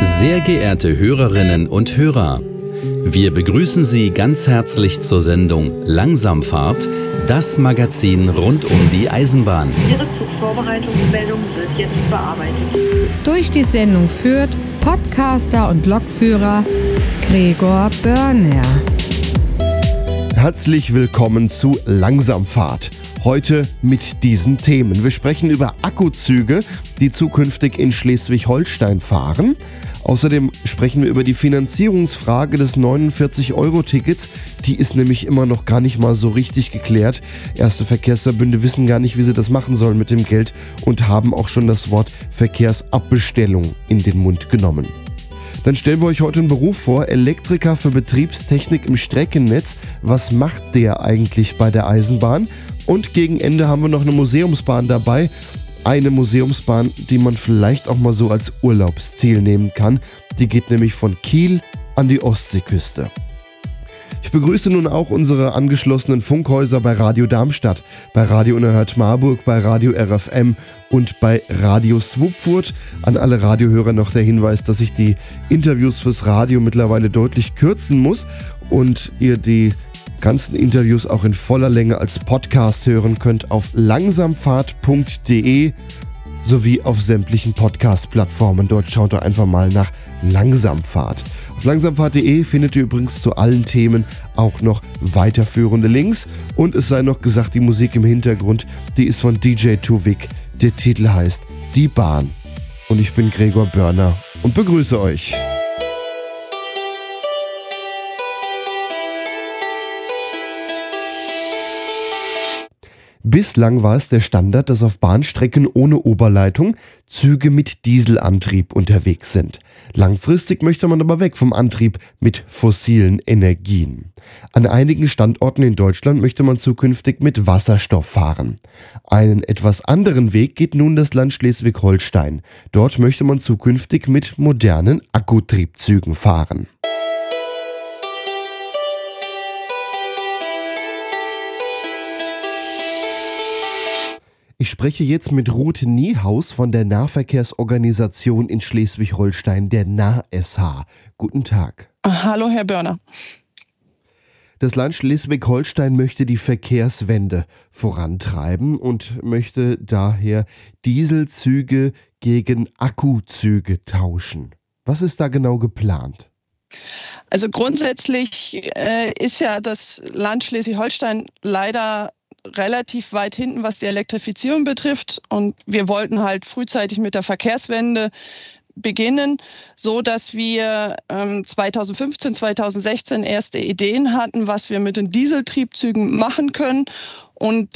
Sehr geehrte Hörerinnen und Hörer, wir begrüßen Sie ganz herzlich zur Sendung Langsamfahrt, das Magazin rund um die Eisenbahn. Ihre Zugvorbereitungsmeldung wird jetzt bearbeitet. Durch die Sendung führt Podcaster und Lokführer Gregor Börner. Herzlich willkommen zu Langsamfahrt. Heute mit diesen Themen. Wir sprechen über Akkuzüge, die zukünftig in Schleswig-Holstein fahren. Außerdem sprechen wir über die Finanzierungsfrage des 49-Euro-Tickets. Die ist nämlich immer noch gar nicht mal so richtig geklärt. Erste Verkehrsverbünde wissen gar nicht, wie sie das machen sollen mit dem Geld und haben auch schon das Wort Verkehrsabbestellung in den Mund genommen. Dann stellen wir euch heute einen Beruf vor, Elektriker für Betriebstechnik im Streckennetz. Was macht der eigentlich bei der Eisenbahn? Und gegen Ende haben wir noch eine Museumsbahn dabei. Eine Museumsbahn, die man vielleicht auch mal so als Urlaubsziel nehmen kann. Die geht nämlich von Kiel an die Ostseeküste. Ich begrüße nun auch unsere angeschlossenen Funkhäuser bei Radio Darmstadt, bei Radio Unerhört Marburg, bei Radio RFM und bei Radio Swupfurt. An alle Radiohörer noch der Hinweis, dass ich die Interviews fürs Radio mittlerweile deutlich kürzen muss und ihr die ganzen Interviews auch in voller Länge als Podcast hören könnt auf langsamfahrt.de sowie auf sämtlichen Podcast-Plattformen. Dort schaut ihr einfach mal nach Langsamfahrt. Auf langsamfahrt.de findet ihr übrigens zu allen Themen auch noch weiterführende Links. Und es sei noch gesagt, die Musik im Hintergrund, die ist von DJ Tuvik. Der Titel heißt Die Bahn. Und ich bin Gregor Börner und begrüße euch. Bislang war es der Standard, dass auf Bahnstrecken ohne Oberleitung Züge mit Dieselantrieb unterwegs sind. Langfristig möchte man aber weg vom Antrieb mit fossilen Energien. An einigen Standorten in Deutschland möchte man zukünftig mit Wasserstoff fahren. Einen etwas anderen Weg geht nun das Land Schleswig-Holstein. Dort möchte man zukünftig mit modernen Akkutriebzügen fahren. Ich spreche jetzt mit Ruth Niehaus von der Nahverkehrsorganisation in Schleswig-Holstein, der NAH-SH. Guten Tag. Hallo, Herr Börner. Das Land Schleswig-Holstein möchte die Verkehrswende vorantreiben und möchte daher Dieselzüge gegen Akkuzüge tauschen. Was ist da genau geplant? Also grundsätzlich ist ja das Land Schleswig-Holstein leider relativ weit hinten, was die Elektrifizierung betrifft. Und wir wollten halt frühzeitig mit der Verkehrswende beginnen, so dass wir 2015, 2016 erste Ideen hatten, was wir mit den Dieseltriebzügen machen können. Und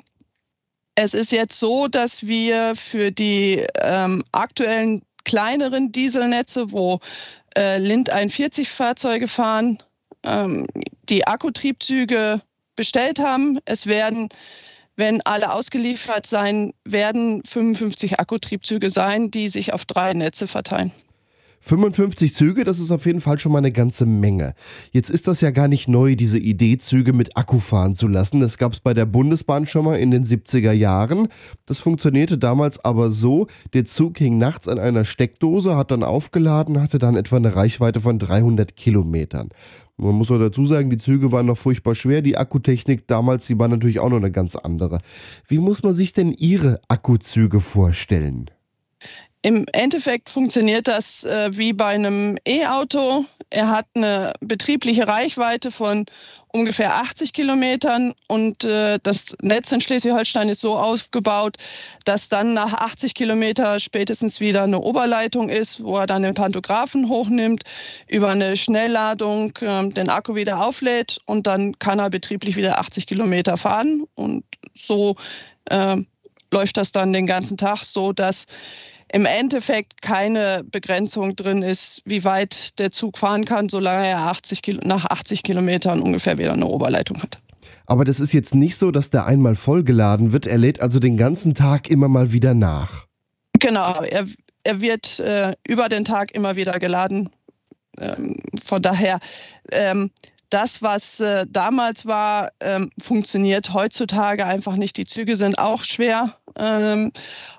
es ist jetzt so, dass wir für die aktuellen kleineren Dieselnetze, wo Lind 41 Fahrzeuge fahren, die Akkutriebzüge bestellt haben. Es werden, wenn alle ausgeliefert sein werden, 55 Akkutriebzüge sein, die sich auf 3 Netze verteilen. 55 Züge, das ist auf jeden Fall schon mal eine ganze Menge. Jetzt ist das ja gar nicht neu, diese Idee, Züge mit Akku fahren zu lassen. Das gab es bei der Bundesbahn schon mal in den 70er Jahren. Das funktionierte damals aber so, der Zug hing nachts an einer Steckdose, hat dann aufgeladen, hatte dann etwa eine Reichweite von 300 Kilometern. Man muss auch dazu sagen, die Züge waren noch furchtbar schwer. Die Akkutechnik damals, die war natürlich auch noch eine ganz andere. Wie muss man sich denn Ihre Akkuzüge vorstellen? Im Endeffekt funktioniert das wie bei einem E-Auto. Er hat eine betriebliche Reichweite von ungefähr 80 Kilometern und das Netz in Schleswig-Holstein ist so aufgebaut, dass dann nach 80 Kilometer spätestens wieder eine Oberleitung ist, wo er dann den Pantographen hochnimmt, über eine Schnellladung den Akku wieder auflädt und dann kann er betrieblich wieder 80 Kilometer fahren. Und so läuft das dann den ganzen Tag, so dass im Endeffekt keine Begrenzung drin ist, wie weit der Zug fahren kann, solange er nach 80 Kilometern ungefähr wieder eine Oberleitung hat. Aber das ist jetzt nicht so, dass der einmal vollgeladen wird. Er lädt also den ganzen Tag immer mal wieder nach. Genau, er wird über den Tag immer wieder geladen. Von daher, das, was damals war, funktioniert heutzutage einfach nicht. Die Züge sind auch schwer.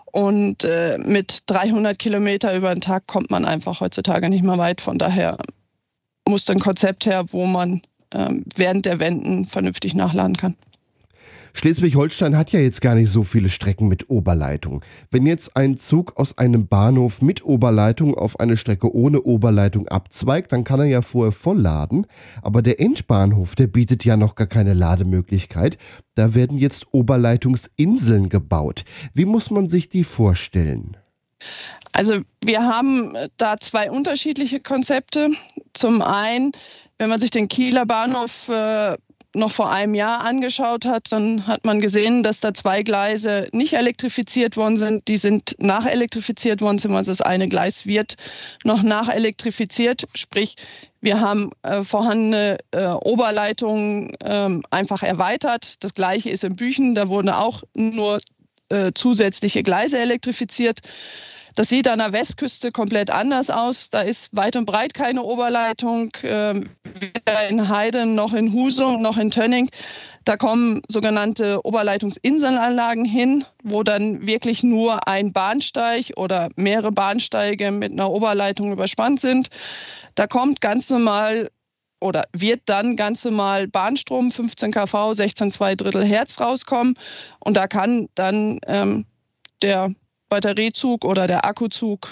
Und mit 300 Kilometer über den Tag kommt man einfach heutzutage nicht mehr weit. Von daher muss ein Konzept her, wo man während der Wenden vernünftig nachladen kann. Schleswig-Holstein hat ja jetzt gar nicht so viele Strecken mit Oberleitung. Wenn jetzt ein Zug aus einem Bahnhof mit Oberleitung auf eine Strecke ohne Oberleitung abzweigt, dann kann er ja vorher vollladen. Aber der Endbahnhof, der bietet ja noch gar keine Lademöglichkeit. Da werden jetzt Oberleitungsinseln gebaut. Wie muss man sich die vorstellen? Also wir haben da zwei unterschiedliche Konzepte. Zum einen, wenn man sich den Kieler Bahnhof noch vor einem Jahr angeschaut hat, dann hat man gesehen, dass da 2 Gleise nicht elektrifiziert worden sind. Die sind najelektrifiziert worden, also das eine Gleis wird noch najelektrifiziert. Sprich, wir haben vorhandene Oberleitungen einfach erweitert. Das Gleiche ist in Büchen, da wurden auch nur zusätzliche Gleise elektrifiziert. Das sieht an der Westküste komplett anders aus. Da ist weit und breit keine Oberleitung, weder in Heiden noch in Husum noch in Tönning. Da kommen sogenannte Oberleitungsinselanlagen hin, wo dann wirklich nur ein Bahnsteig oder mehrere Bahnsteige mit einer Oberleitung überspannt sind. Da kommt ganz normal oder wird dann ganz normal Bahnstrom 15 kV, 16,2 Hertz rauskommen. Und da kann dann der Batteriezug oder der Akkuzug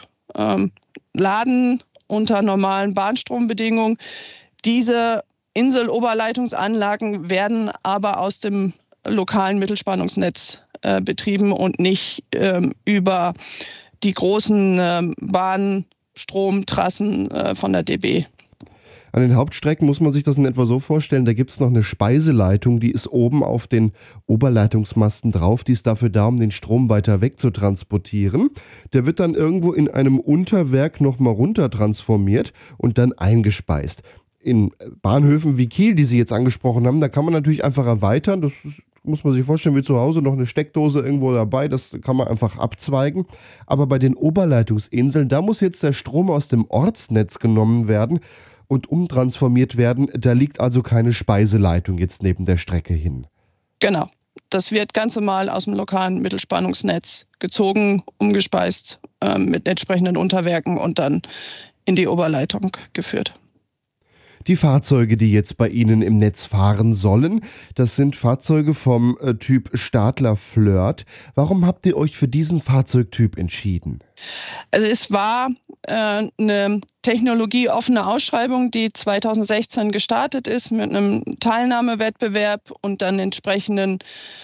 laden unter normalen Bahnstrombedingungen. Diese Inseloberleitungsanlagen werden aber aus dem lokalen Mittelspannungsnetz betrieben und nicht über die großen Bahnstromtrassen von der DB. An den Hauptstrecken muss man sich das in etwa so vorstellen, da gibt es noch eine Speiseleitung, die ist oben auf den Oberleitungsmasten drauf, die ist dafür da, um den Strom weiter weg zu transportieren. Der wird dann irgendwo in einem Unterwerk nochmal runter transformiert und dann eingespeist. In Bahnhöfen wie Kiel, die Sie jetzt angesprochen haben, da kann man natürlich einfach erweitern, das muss man sich vorstellen, wie zu Hause noch eine Steckdose irgendwo dabei, das kann man einfach abzweigen. Aber bei den Oberleitungsinseln, da muss jetzt der Strom aus dem Ortsnetz genommen werden und umtransformiert werden. Da liegt also keine Speiseleitung jetzt neben der Strecke hin. Genau. Das wird ganz normal aus dem lokalen Mittelspannungsnetz gezogen, umgespeist mit entsprechenden Unterwerken und dann in die Oberleitung geführt. Die Fahrzeuge, die jetzt bei Ihnen im Netz fahren sollen, das sind Fahrzeuge vom Typ Stadler Flirt. Warum habt ihr euch für diesen Fahrzeugtyp entschieden? Also es war eine technologieoffene Ausschreibung, die 2016 gestartet ist mit einem Teilnahmewettbewerb und dann entsprechenden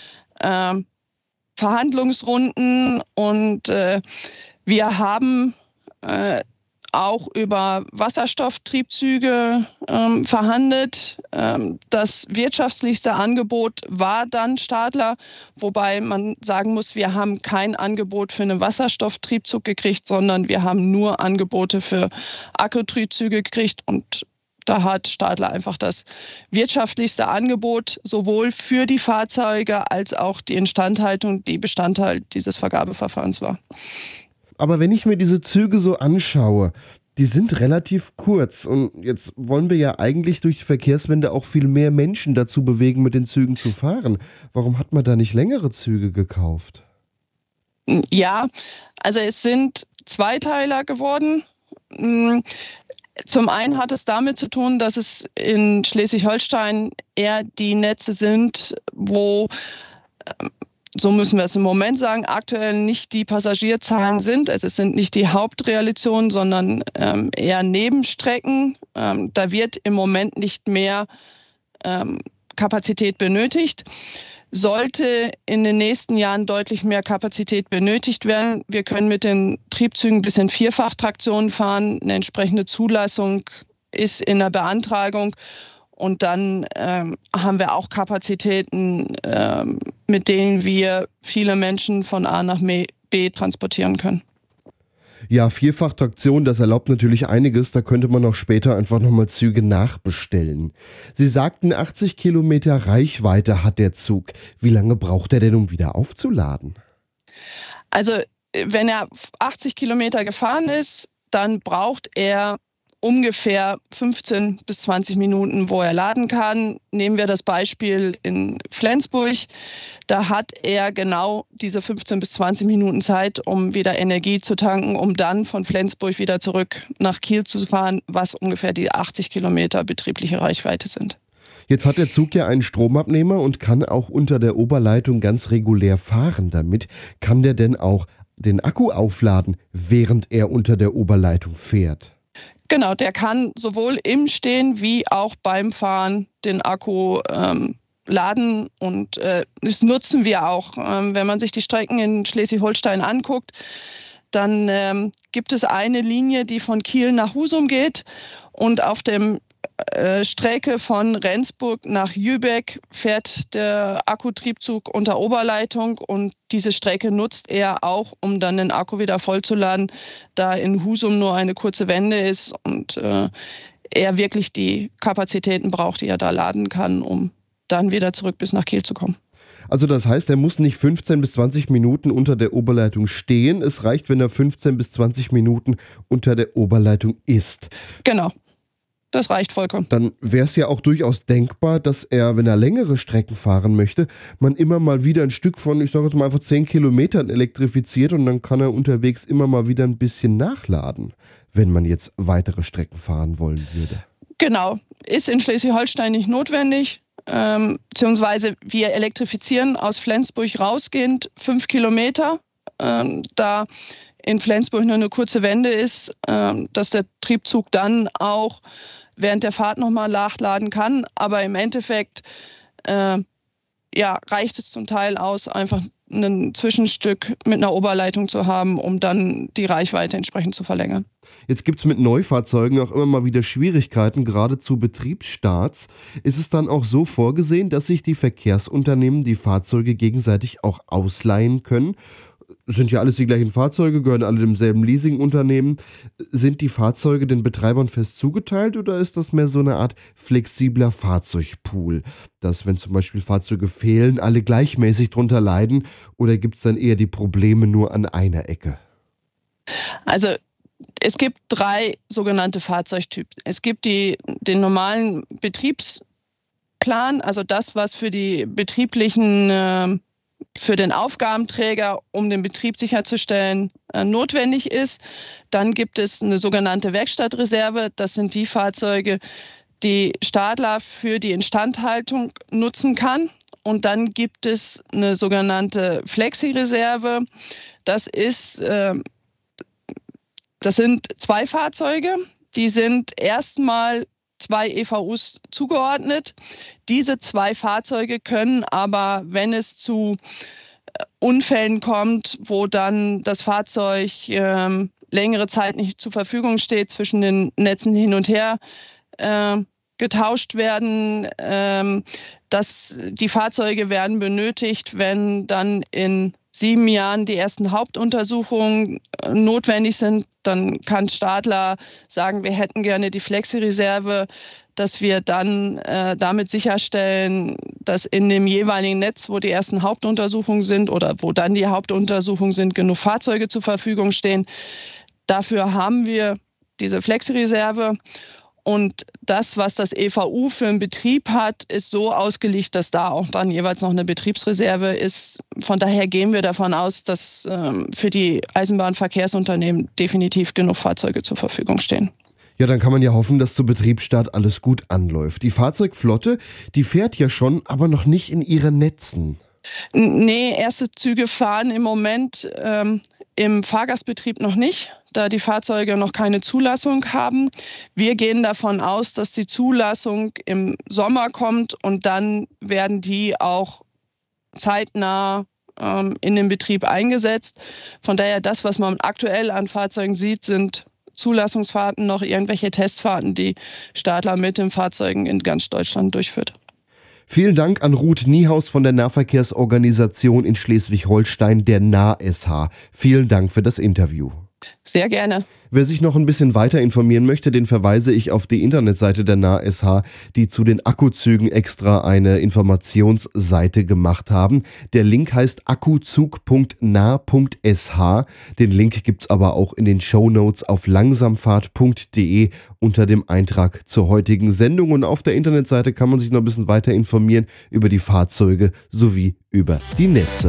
Verhandlungsrunden. Und wir haben auch über Wasserstofftriebzüge verhandelt. Das wirtschaftlichste Angebot war dann Stadler, wobei man sagen muss, wir haben kein Angebot für einen Wasserstofftriebzug gekriegt, sondern wir haben nur Angebote für Akkutriebzüge gekriegt und da hat Stadler einfach das wirtschaftlichste Angebot, sowohl für die Fahrzeuge als auch die Instandhaltung, die Bestandteil dieses Vergabeverfahrens war. Aber wenn ich mir diese Züge so anschaue, die sind relativ kurz und jetzt wollen wir ja eigentlich durch die Verkehrswende auch viel mehr Menschen dazu bewegen, mit den Zügen zu fahren. Warum hat man da nicht längere Züge gekauft? Ja, also es sind Zweiteiler geworden. Zum einen hat es damit zu tun, dass es in Schleswig-Holstein eher die Netze sind, wo so müssen wir es im Moment sagen, aktuell nicht die Passagierzahlen sind. Also es sind nicht die Hauptrealisationen, sondern eher Nebenstrecken. Da wird im Moment nicht mehr Kapazität benötigt. Sollte in den nächsten Jahren deutlich mehr Kapazität benötigt werden. Wir können mit den Triebzügen bis in Vierfachtraktion fahren. Eine entsprechende Zulassung ist in der Beantragung. Und dann haben wir auch Kapazitäten, mit denen wir viele Menschen von A nach B transportieren können. Ja, Vierfachtraktion, das erlaubt natürlich einiges. Da könnte man auch später einfach nochmal Züge nachbestellen. Sie sagten, 80 Kilometer Reichweite hat der Zug. Wie lange braucht er denn, um wieder aufzuladen? Also, wenn er 80 Kilometer gefahren ist, dann braucht er ungefähr 15 bis 20 Minuten, wo er laden kann. Nehmen wir das Beispiel in Flensburg. Da hat er genau diese 15 bis 20 Minuten Zeit, um wieder Energie zu tanken, um dann von Flensburg wieder zurück nach Kiel zu fahren, was ungefähr die 80 Kilometer betriebliche Reichweite sind. Jetzt hat der Zug ja einen Stromabnehmer und kann auch unter der Oberleitung ganz regulär fahren damit. Kann der denn auch den Akku aufladen, während er unter der Oberleitung fährt? Genau, der kann sowohl im Stehen wie auch beim Fahren den Akku laden und das nutzen wir auch. Wenn man sich die Strecken in Schleswig-Holstein anguckt, dann gibt es eine Linie, die von Kiel nach Husum geht und auf dem Strecke von Rendsburg nach Jübeck fährt der Akkutriebzug unter Oberleitung und diese Strecke nutzt er auch, um dann den Akku wieder vollzuladen, da in Husum nur eine kurze Wende ist und er wirklich die Kapazitäten braucht, die er da laden kann, um dann wieder zurück bis nach Kiel zu kommen. Also das heißt, er muss nicht 15 bis 20 Minuten unter der Oberleitung stehen. Es reicht, wenn er 15 bis 20 Minuten unter der Oberleitung ist. Genau. Das reicht vollkommen. Dann wäre es ja auch durchaus denkbar, dass er, wenn er längere Strecken fahren möchte, man immer mal wieder ein Stück von, ich sage jetzt mal einfach 10 Kilometern elektrifiziert und dann kann er unterwegs immer mal wieder ein bisschen nachladen, wenn man jetzt weitere Strecken fahren wollen würde. Genau, ist in Schleswig-Holstein nicht notwendig, beziehungsweise wir elektrifizieren aus Flensburg rausgehend 5 Kilometer, da in Flensburg nur eine kurze Wende ist, dass der Triebzug dann auch während der Fahrt nochmal nachladen kann. Aber im Endeffekt reicht es zum Teil aus, einfach ein Zwischenstück mit einer Oberleitung zu haben, um dann die Reichweite entsprechend zu verlängern. Jetzt gibt es mit Neufahrzeugen auch immer mal wieder Schwierigkeiten, gerade zu Betriebsstarts. Ist es dann auch so vorgesehen, dass sich die Verkehrsunternehmen die Fahrzeuge gegenseitig auch ausleihen können? Sind ja alles die gleichen Fahrzeuge, gehören alle demselben Leasingunternehmen. Sind die Fahrzeuge den Betreibern fest zugeteilt oder ist das mehr so eine Art flexibler Fahrzeugpool, dass, wenn zum Beispiel Fahrzeuge fehlen, alle gleichmäßig drunter leiden, oder gibt es dann eher die Probleme nur an einer Ecke? Also es gibt 3 sogenannte Fahrzeugtypen. Es gibt den normalen Betriebsplan, also das, was für die betrieblichen für den Aufgabenträger, um den Betrieb sicherzustellen, notwendig ist. Dann gibt es eine sogenannte Werkstattreserve. Das sind die Fahrzeuge, die Stadler für die Instandhaltung nutzen kann. Und dann gibt es eine sogenannte Flexi-Reserve. Das sind 2 Fahrzeuge, die sind erstmal 2 EVUs zugeordnet. Diese 2 Fahrzeuge können aber, wenn es zu Unfällen kommt, wo dann das Fahrzeug längere Zeit nicht zur Verfügung steht, zwischen den Netzen hin und her getauscht werden. Die Fahrzeuge werden benötigt, wenn dann in 7 Jahren die ersten Hauptuntersuchungen notwendig sind. Dann kann Stadler sagen, wir hätten gerne die Flexi-Reserve, dass wir dann damit sicherstellen, dass in dem jeweiligen Netz, wo die ersten Hauptuntersuchungen sind oder wo dann die Hauptuntersuchungen sind, genug Fahrzeuge zur Verfügung stehen. Dafür haben wir diese Flexi-Reserve. Und das, was das EVU für einen Betrieb hat, ist so ausgelegt, dass da auch dann jeweils noch eine Betriebsreserve ist. Von daher gehen wir davon aus, dass für die Eisenbahnverkehrsunternehmen definitiv genug Fahrzeuge zur Verfügung stehen. Ja, dann kann man ja hoffen, dass zu Betriebsstart alles gut anläuft. Die Fahrzeugflotte, die fährt ja schon, aber noch nicht in ihren Netzen. Nee, erste Züge fahren im Moment im Fahrgastbetrieb noch nicht, da die Fahrzeuge noch keine Zulassung haben. Wir gehen davon aus, dass die Zulassung im Sommer kommt und dann werden die auch zeitnah in den Betrieb eingesetzt. Von daher, das, was man aktuell an Fahrzeugen sieht, sind Zulassungsfahrten, noch irgendwelche Testfahrten, die Stadler mit den Fahrzeugen in ganz Deutschland durchführt. Vielen Dank an Ruth Niehaus von der Nahverkehrsorganisation in Schleswig-Holstein, der NAH-SH. Vielen Dank für das Interview. Sehr gerne. Wer sich noch ein bisschen weiter informieren möchte, den verweise ich auf die Internetseite der NASH, die zu den Akkuzügen extra eine Informationsseite gemacht haben. Der Link heißt akkuzug.nah.sh. Den Link gibt's aber auch in den Shownotes auf langsamfahrt.de unter dem Eintrag zur heutigen Sendung. Und auf der Internetseite kann man sich noch ein bisschen weiter informieren über die Fahrzeuge sowie über die Netze.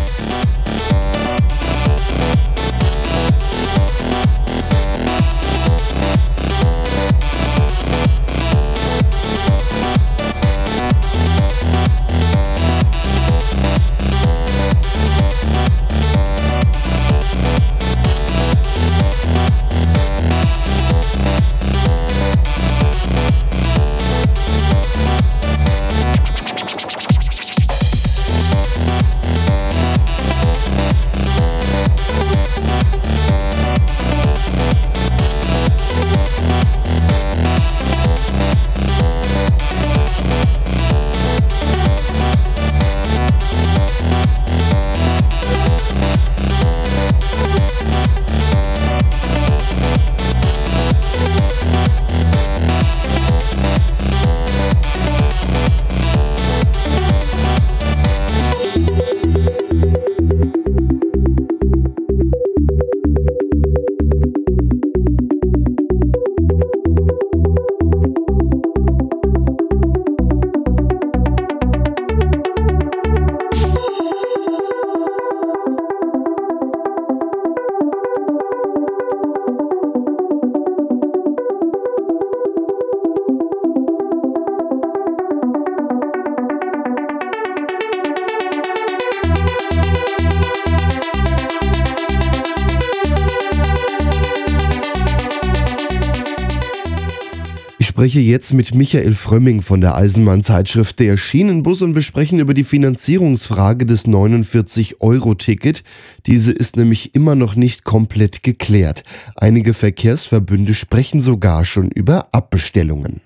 Ich spreche jetzt mit Michael Frömming von der Eisenbahnzeitschrift Der Schienenbus und wir sprechen über die Finanzierungsfrage des 49-Euro-Ticket. Diese ist nämlich immer noch nicht komplett geklärt. Einige Verkehrsverbünde sprechen sogar schon über Abbestellungen.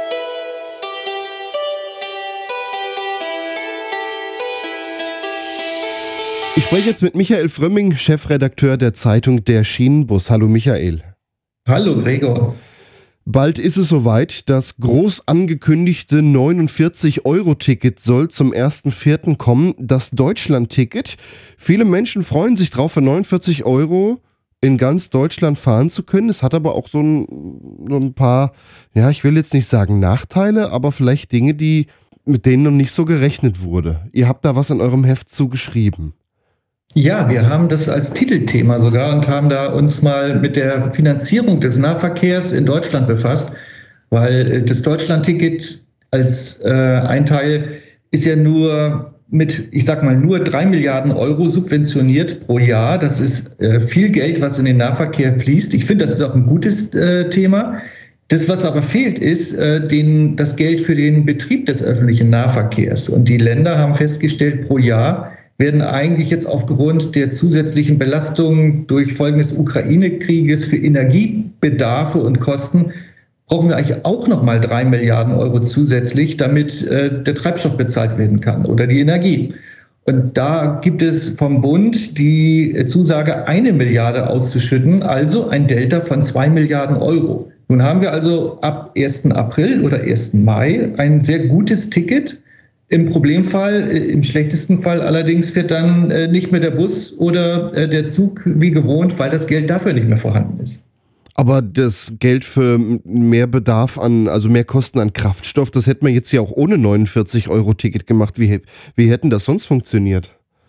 Ich spreche jetzt mit Michael Frömming, Chefredakteur der Zeitung Der Schienenbus. Hallo Michael. Hallo Gregor. Bald ist es soweit, das groß angekündigte 49-Euro-Ticket soll zum 1.4. kommen, das Deutschland-Ticket. Viele Menschen freuen sich drauf, für 49 Euro in ganz Deutschland fahren zu können. Es hat aber auch so ein paar, ja, ich will jetzt nicht sagen Nachteile, aber vielleicht Dinge, mit denen noch nicht so gerechnet wurde. Ihr habt da was in eurem Heft zugeschrieben. Ja, wir haben das als Titelthema sogar und haben da uns mal mit der Finanzierung des Nahverkehrs in Deutschland befasst, weil das Deutschlandticket als ein Teil ist ja nur mit, ich sag mal, nur 3 Milliarden Euro subventioniert pro Jahr. Das ist viel Geld, was in den Nahverkehr fließt. Ich finde, das ist auch ein gutes Thema. Das, was aber fehlt, ist das Geld für den Betrieb des öffentlichen Nahverkehrs. Und die Länder haben festgestellt, pro Jahr werden eigentlich jetzt aufgrund der zusätzlichen Belastungen durch Folgen des Ukraine-Krieges für Energiebedarfe und Kosten brauchen wir eigentlich auch nochmal 3 Milliarden Euro zusätzlich, damit der Treibstoff bezahlt werden kann oder die Energie. Und da gibt es vom Bund die Zusage, 1 Milliarde auszuschütten, also ein Delta von 2 Milliarden Euro. Nun haben wir also ab 1. April oder 1. Mai ein sehr gutes Ticket. Im Problemfall, im schlechtesten Fall allerdings wird dann nicht mehr der Bus oder der Zug wie gewohnt, weil das Geld dafür nicht mehr vorhanden ist. Aber das Geld für mehr Bedarf also mehr Kosten an Kraftstoff, das hätten wir jetzt ja auch ohne 49-Euro-Ticket gemacht. Wie hätten das sonst funktioniert?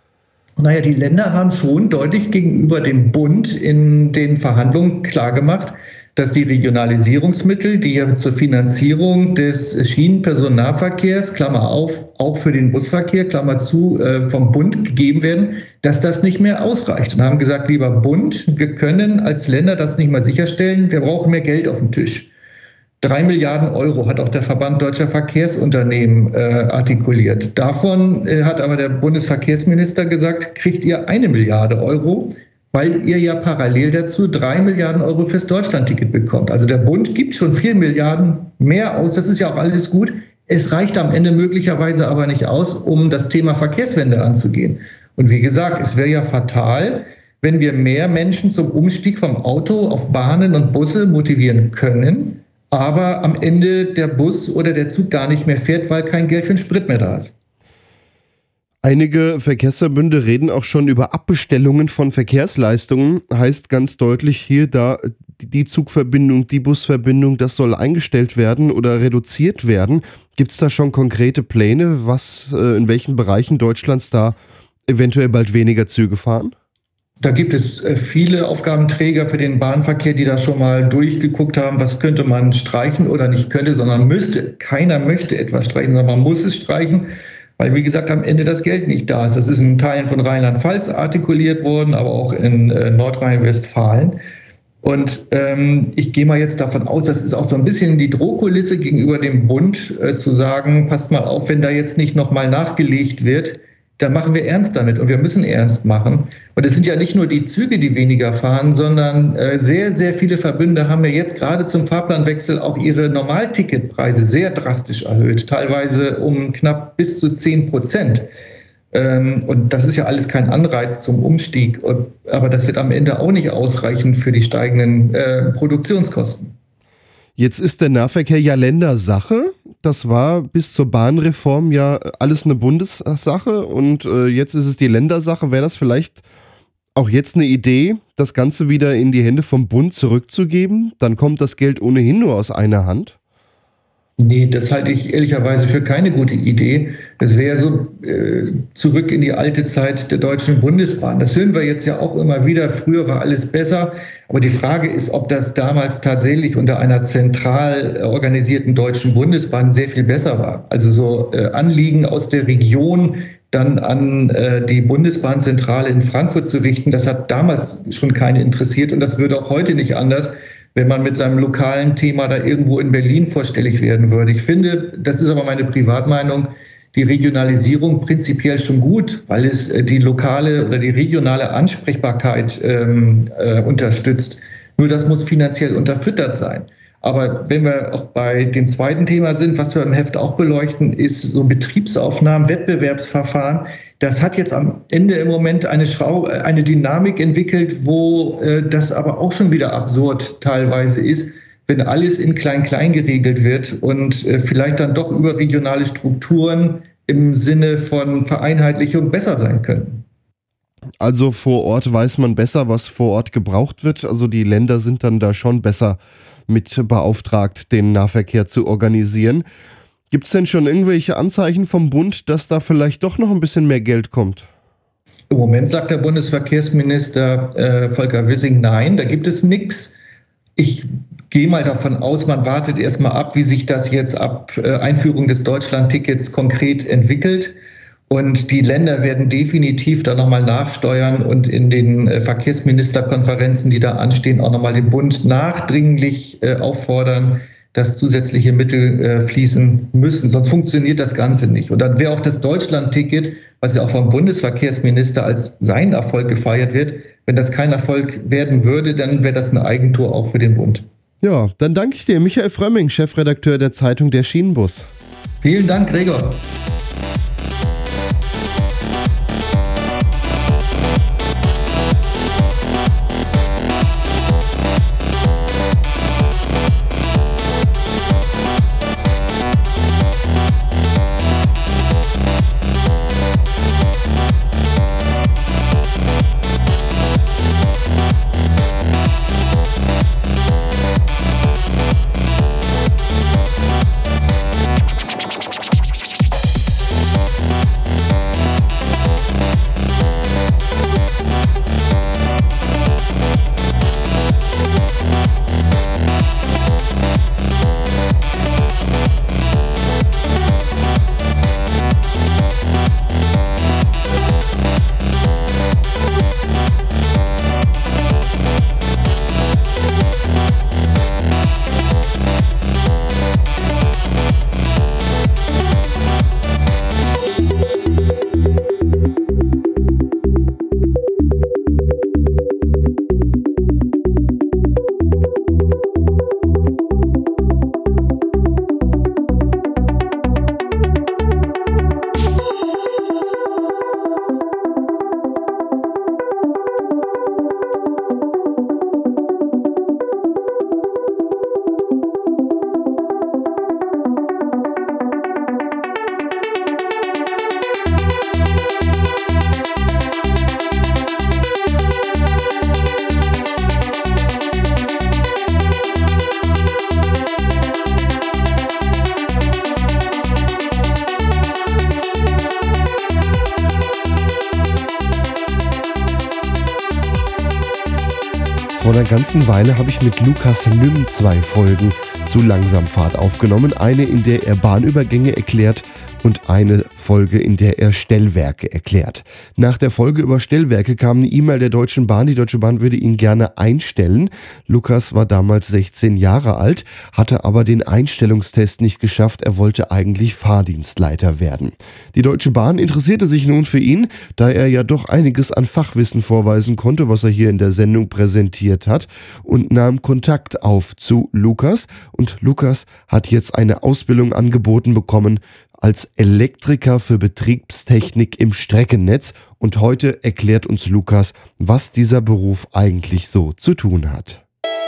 Naja, die Länder haben schon deutlich gegenüber dem Bund in den Verhandlungen klargemacht, dass die Regionalisierungsmittel, die ja zur Finanzierung des Schienenpersonennahverkehrs, Klammer auf, auch für den Busverkehr, Klammer zu, vom Bund gegeben werden, dass das nicht mehr ausreicht. Und haben gesagt, lieber Bund, wir können als Länder das nicht mal sicherstellen, wir brauchen mehr Geld auf dem Tisch. 3 Milliarden Euro hat auch der Verband Deutscher Verkehrsunternehmen artikuliert. Davon hat aber der Bundesverkehrsminister gesagt, kriegt ihr 1 Milliarde Euro, weil ihr ja parallel dazu 3 Milliarden Euro fürs Deutschlandticket bekommt. Also der Bund gibt schon 4 Milliarden mehr aus, das ist ja auch alles gut. Es reicht am Ende möglicherweise aber nicht aus, um das Thema Verkehrswende anzugehen. Und wie gesagt, es wäre ja fatal, wenn wir mehr Menschen zum Umstieg vom Auto auf Bahnen und Busse motivieren können, aber am Ende der Bus oder der Zug gar nicht mehr fährt, weil kein Geld für den Sprit mehr da ist. Einige Verkehrsverbünde reden auch schon über Abbestellungen von Verkehrsleistungen. Heißt ganz deutlich hier, da die Zugverbindung, die Busverbindung, das soll eingestellt werden oder reduziert werden. Gibt es da schon konkrete Pläne, in welchen Bereichen Deutschlands da eventuell bald weniger Züge fahren? Da gibt es viele Aufgabenträger für den Bahnverkehr, die da schon mal durchgeguckt haben, was könnte man streichen oder nicht könnte, sondern müsste. Keiner möchte etwas streichen, sondern man muss es streichen, weil, wie gesagt, am Ende das Geld nicht da ist. Das ist in Teilen von Rheinland-Pfalz artikuliert worden, aber auch in Nordrhein-Westfalen. Und ich gehe mal jetzt davon aus, das ist auch so ein bisschen die Drohkulisse gegenüber dem Bund, zu sagen, passt mal auf, wenn da jetzt nicht nochmal nachgelegt wird, dann machen wir ernst damit und wir müssen ernst machen. Und es sind ja nicht nur die Züge, die weniger fahren, sondern sehr, sehr viele Verbünde haben ja jetzt gerade zum Fahrplanwechsel auch ihre Normalticketpreise sehr drastisch erhöht, teilweise um knapp bis zu 10%. Und das ist ja alles kein Anreiz zum Umstieg. Aber das wird am Ende auch nicht ausreichen für die steigenden Produktionskosten. Jetzt ist der Nahverkehr ja Ländersache. Das war bis zur Bahnreform ja alles eine Bundessache und jetzt ist es die Ländersache. Wäre das vielleicht auch jetzt eine Idee, das Ganze wieder in die Hände vom Bund zurückzugeben? Dann kommt das Geld ohnehin nur aus einer Hand. Nee, das halte ich ehrlicherweise für keine gute Idee. Das wäre so zurück in die alte Zeit der Deutschen Bundesbahn. Das hören wir jetzt ja auch immer wieder. Früher war alles besser. Aber die Frage ist, ob das damals tatsächlich unter einer zentral organisierten Deutschen Bundesbahn sehr viel besser war. Also so Anliegen aus der Region dann an die Bundesbahnzentrale in Frankfurt zu richten, das hat damals schon keinen interessiert und das würde auch heute nicht anders, wenn man mit seinem lokalen Thema da irgendwo in Berlin vorstellig werden würde. Ich finde, das ist aber meine Privatmeinung, die Regionalisierung prinzipiell schon gut, weil es die lokale oder die regionale Ansprechbarkeit unterstützt. Nur das muss finanziell unterfüttert sein. Aber wenn wir auch bei dem zweiten Thema sind, was wir im Heft auch beleuchten, ist so Betriebsaufnahmen, Wettbewerbsverfahren. Das hat jetzt am Ende im Moment eine Dynamik entwickelt, wo das aber auch schon wieder absurd teilweise ist, wenn alles in Klein-Klein geregelt wird und vielleicht dann doch überregionale Strukturen im Sinne von Vereinheitlichung besser sein können. Also vor Ort weiß man besser, was vor Ort gebraucht wird. Also die Länder sind dann da schon besser mit beauftragt, den Nahverkehr zu organisieren. Gibt es denn schon irgendwelche Anzeichen vom Bund, dass da vielleicht doch noch ein bisschen mehr Geld kommt? Im Moment sagt der Bundesverkehrsminister Volker Wissing, nein, da gibt es nichts. Ich gehe mal davon aus, man wartet erstmal ab, wie sich das jetzt ab Einführung des Deutschlandtickets konkret entwickelt. Und die Länder werden definitiv da nochmal nachsteuern und in den Verkehrsministerkonferenzen, die da anstehen, auch nochmal den Bund nachdringlich auffordern, dass zusätzliche Mittel fließen müssen. Sonst funktioniert das Ganze nicht. Und dann wäre auch das Deutschlandticket, was ja auch vom Bundesverkehrsminister als sein Erfolg gefeiert wird, wenn das kein Erfolg werden würde, dann wäre das ein Eigentor auch für den Bund. Ja, dann danke ich dir. Michael Frömming, Chefredakteur der Zeitung Der Schienenbus. Vielen Dank, Gregor. Vor einer ganzen Weile habe ich mit Lukas Nüm 2 Folgen zu Langsamfahrt aufgenommen. Eine, in der er Bahnübergänge erklärt und eine Folge, in der er Stellwerke erklärt. Nach der Folge über Stellwerke kam eine E-Mail der Deutschen Bahn. Die Deutsche Bahn würde ihn gerne einstellen. Lukas war damals 16 Jahre alt, hatte aber den Einstellungstest nicht geschafft. Er wollte eigentlich Fahrdienstleiter werden. Die Deutsche Bahn interessierte sich nun für ihn, da er ja doch einiges an Fachwissen vorweisen konnte, was er hier in der Sendung präsentiert hat, und nahm Kontakt auf zu Lukas. Und Lukas hat jetzt eine Ausbildung angeboten bekommen als Elektriker für Betriebstechnik im Streckennetz. Und heute erklärt uns Lukas, was dieser Beruf eigentlich so zu tun hat.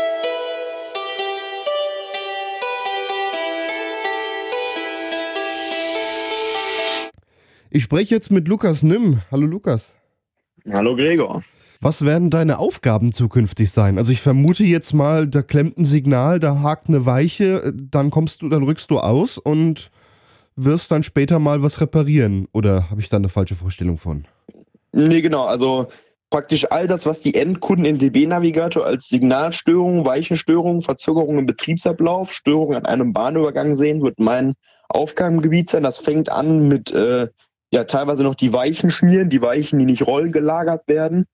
Ich spreche jetzt mit Lukas Nüm. Hallo Lukas. Hallo Gregor. Was werden deine Aufgaben zukünftig sein? Also ich vermute jetzt mal, da klemmt ein Signal, da hakt eine Weiche, dann rückst du aus und wirst dann später mal was reparieren. Oder habe ich da eine falsche Vorstellung von? Nee, genau. Also praktisch all das, was die Endkunden im DB-Navigator als Signalstörungen, Weichenstörungen, Verzögerungen im Betriebsablauf, Störungen an einem Bahnübergang sehen, wird mein Aufgabengebiet sein. Das fängt an mit teilweise noch die Weichen schmieren, die Weichen, die nicht rollen, gelagert werden,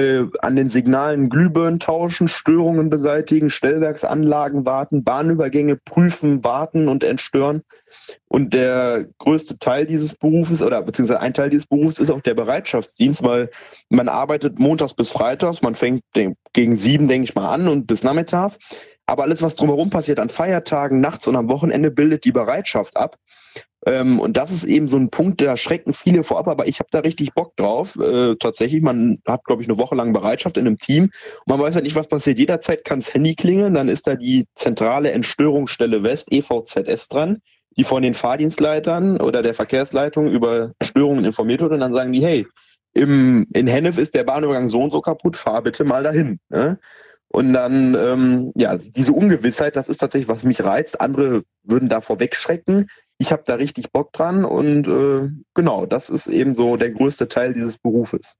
an den Signalen Glühbirnen tauschen, Störungen beseitigen, Stellwerksanlagen warten, Bahnübergänge prüfen, warten und entstören. Und der größte Teil dieses Berufes, oder beziehungsweise ein Teil dieses Berufes, ist auch der Bereitschaftsdienst, weil man arbeitet montags bis freitags, man fängt gegen 7, denke ich mal, an und bis nachmittags. Aber alles, was drumherum passiert an Feiertagen, nachts und am Wochenende, bildet die Bereitschaft ab. Und das ist eben so ein Punkt, da schrecken viele vorab, aber ich habe da richtig Bock drauf. Tatsächlich, man hat, glaube ich, eine Woche lang Bereitschaft in einem Team. Und man weiß halt nicht, was passiert. Jederzeit kann das Handy klingeln, dann ist da die zentrale Entstörungsstelle West, EVZS, dran, die von den Fahrdienstleitern oder der Verkehrsleitung über Störungen informiert wird. Und dann sagen die, hey, in Hennef ist der Bahnübergang so und so kaputt, fahr bitte mal dahin. Ne? Und dann, diese Ungewissheit, das ist tatsächlich, was mich reizt. Andere würden davor wegschrecken. Ich habe da richtig Bock dran und genau, das ist eben so der größte Teil dieses Berufes.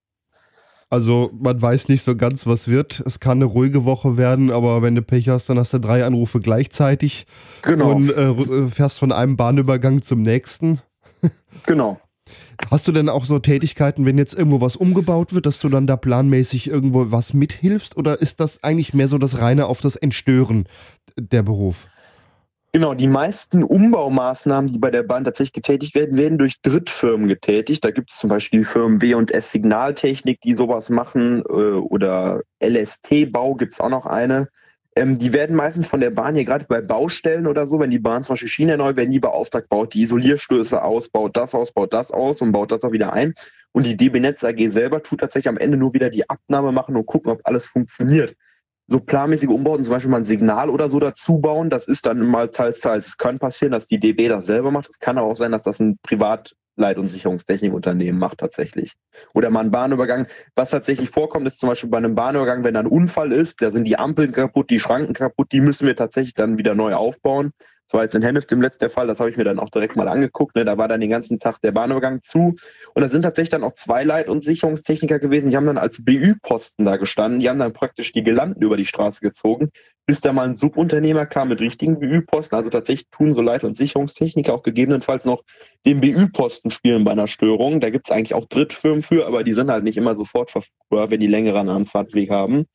Also man weiß nicht so ganz, was wird. Es kann eine ruhige Woche werden, aber wenn du Pech hast, dann hast du 3 Anrufe gleichzeitig. Genau. Und fährst von einem Bahnübergang zum nächsten. Genau. Hast du denn auch so Tätigkeiten, wenn jetzt irgendwo was umgebaut wird, dass du dann da planmäßig irgendwo was mithilfst? Oder ist das eigentlich mehr so das reine auf das Entstören der Beruf? Genau, die meisten Umbaumaßnahmen, die bei der Bahn tatsächlich getätigt werden, werden durch Drittfirmen getätigt. Da gibt es zum Beispiel die Firmen W&S Signaltechnik, die sowas machen, oder LST-Bau gibt es auch noch eine. Die werden meistens von der Bahn hier, gerade bei Baustellen oder so, wenn die Bahn zum Beispiel Schiene neu, werden die beauftragt, baut die Isolierstöße aus, baut das aus und baut das auch wieder ein. Und die DB Netz AG selber tut tatsächlich am Ende nur wieder die Abnahme machen und gucken, ob alles funktioniert. So planmäßige Umbauten, zum Beispiel mal ein Signal oder so dazu bauen, das ist dann mal teils. Es kann passieren, dass die DB das selber macht. Es kann aber auch sein, dass das ein Privatleit- und Sicherungstechnikunternehmen macht tatsächlich. Oder mal ein Bahnübergang. Was tatsächlich vorkommt, ist zum Beispiel bei einem Bahnübergang, wenn da ein Unfall ist, da sind die Ampeln kaputt, die Schranken kaputt, die müssen wir tatsächlich dann wieder neu aufbauen. Das war jetzt in Hennef dem letzten Fall, das habe ich mir dann auch direkt mal angeguckt. Ne? Da war dann den ganzen Tag der Bahnübergang zu. Und da sind tatsächlich dann auch 2 Leit- und Sicherungstechniker gewesen, die haben dann als BÜ-Posten da gestanden, die haben dann praktisch die Gelanden über die Straße gezogen, bis da mal ein Subunternehmer kam mit richtigen BÜ-Posten. Also tatsächlich tun so Leit- und Sicherungstechniker auch gegebenenfalls noch den BÜ-Posten spielen bei einer Störung. Da gibt es eigentlich auch Drittfirmen für, aber die sind halt nicht immer sofort verfügbar, wenn die längeren Anfahrtweg haben.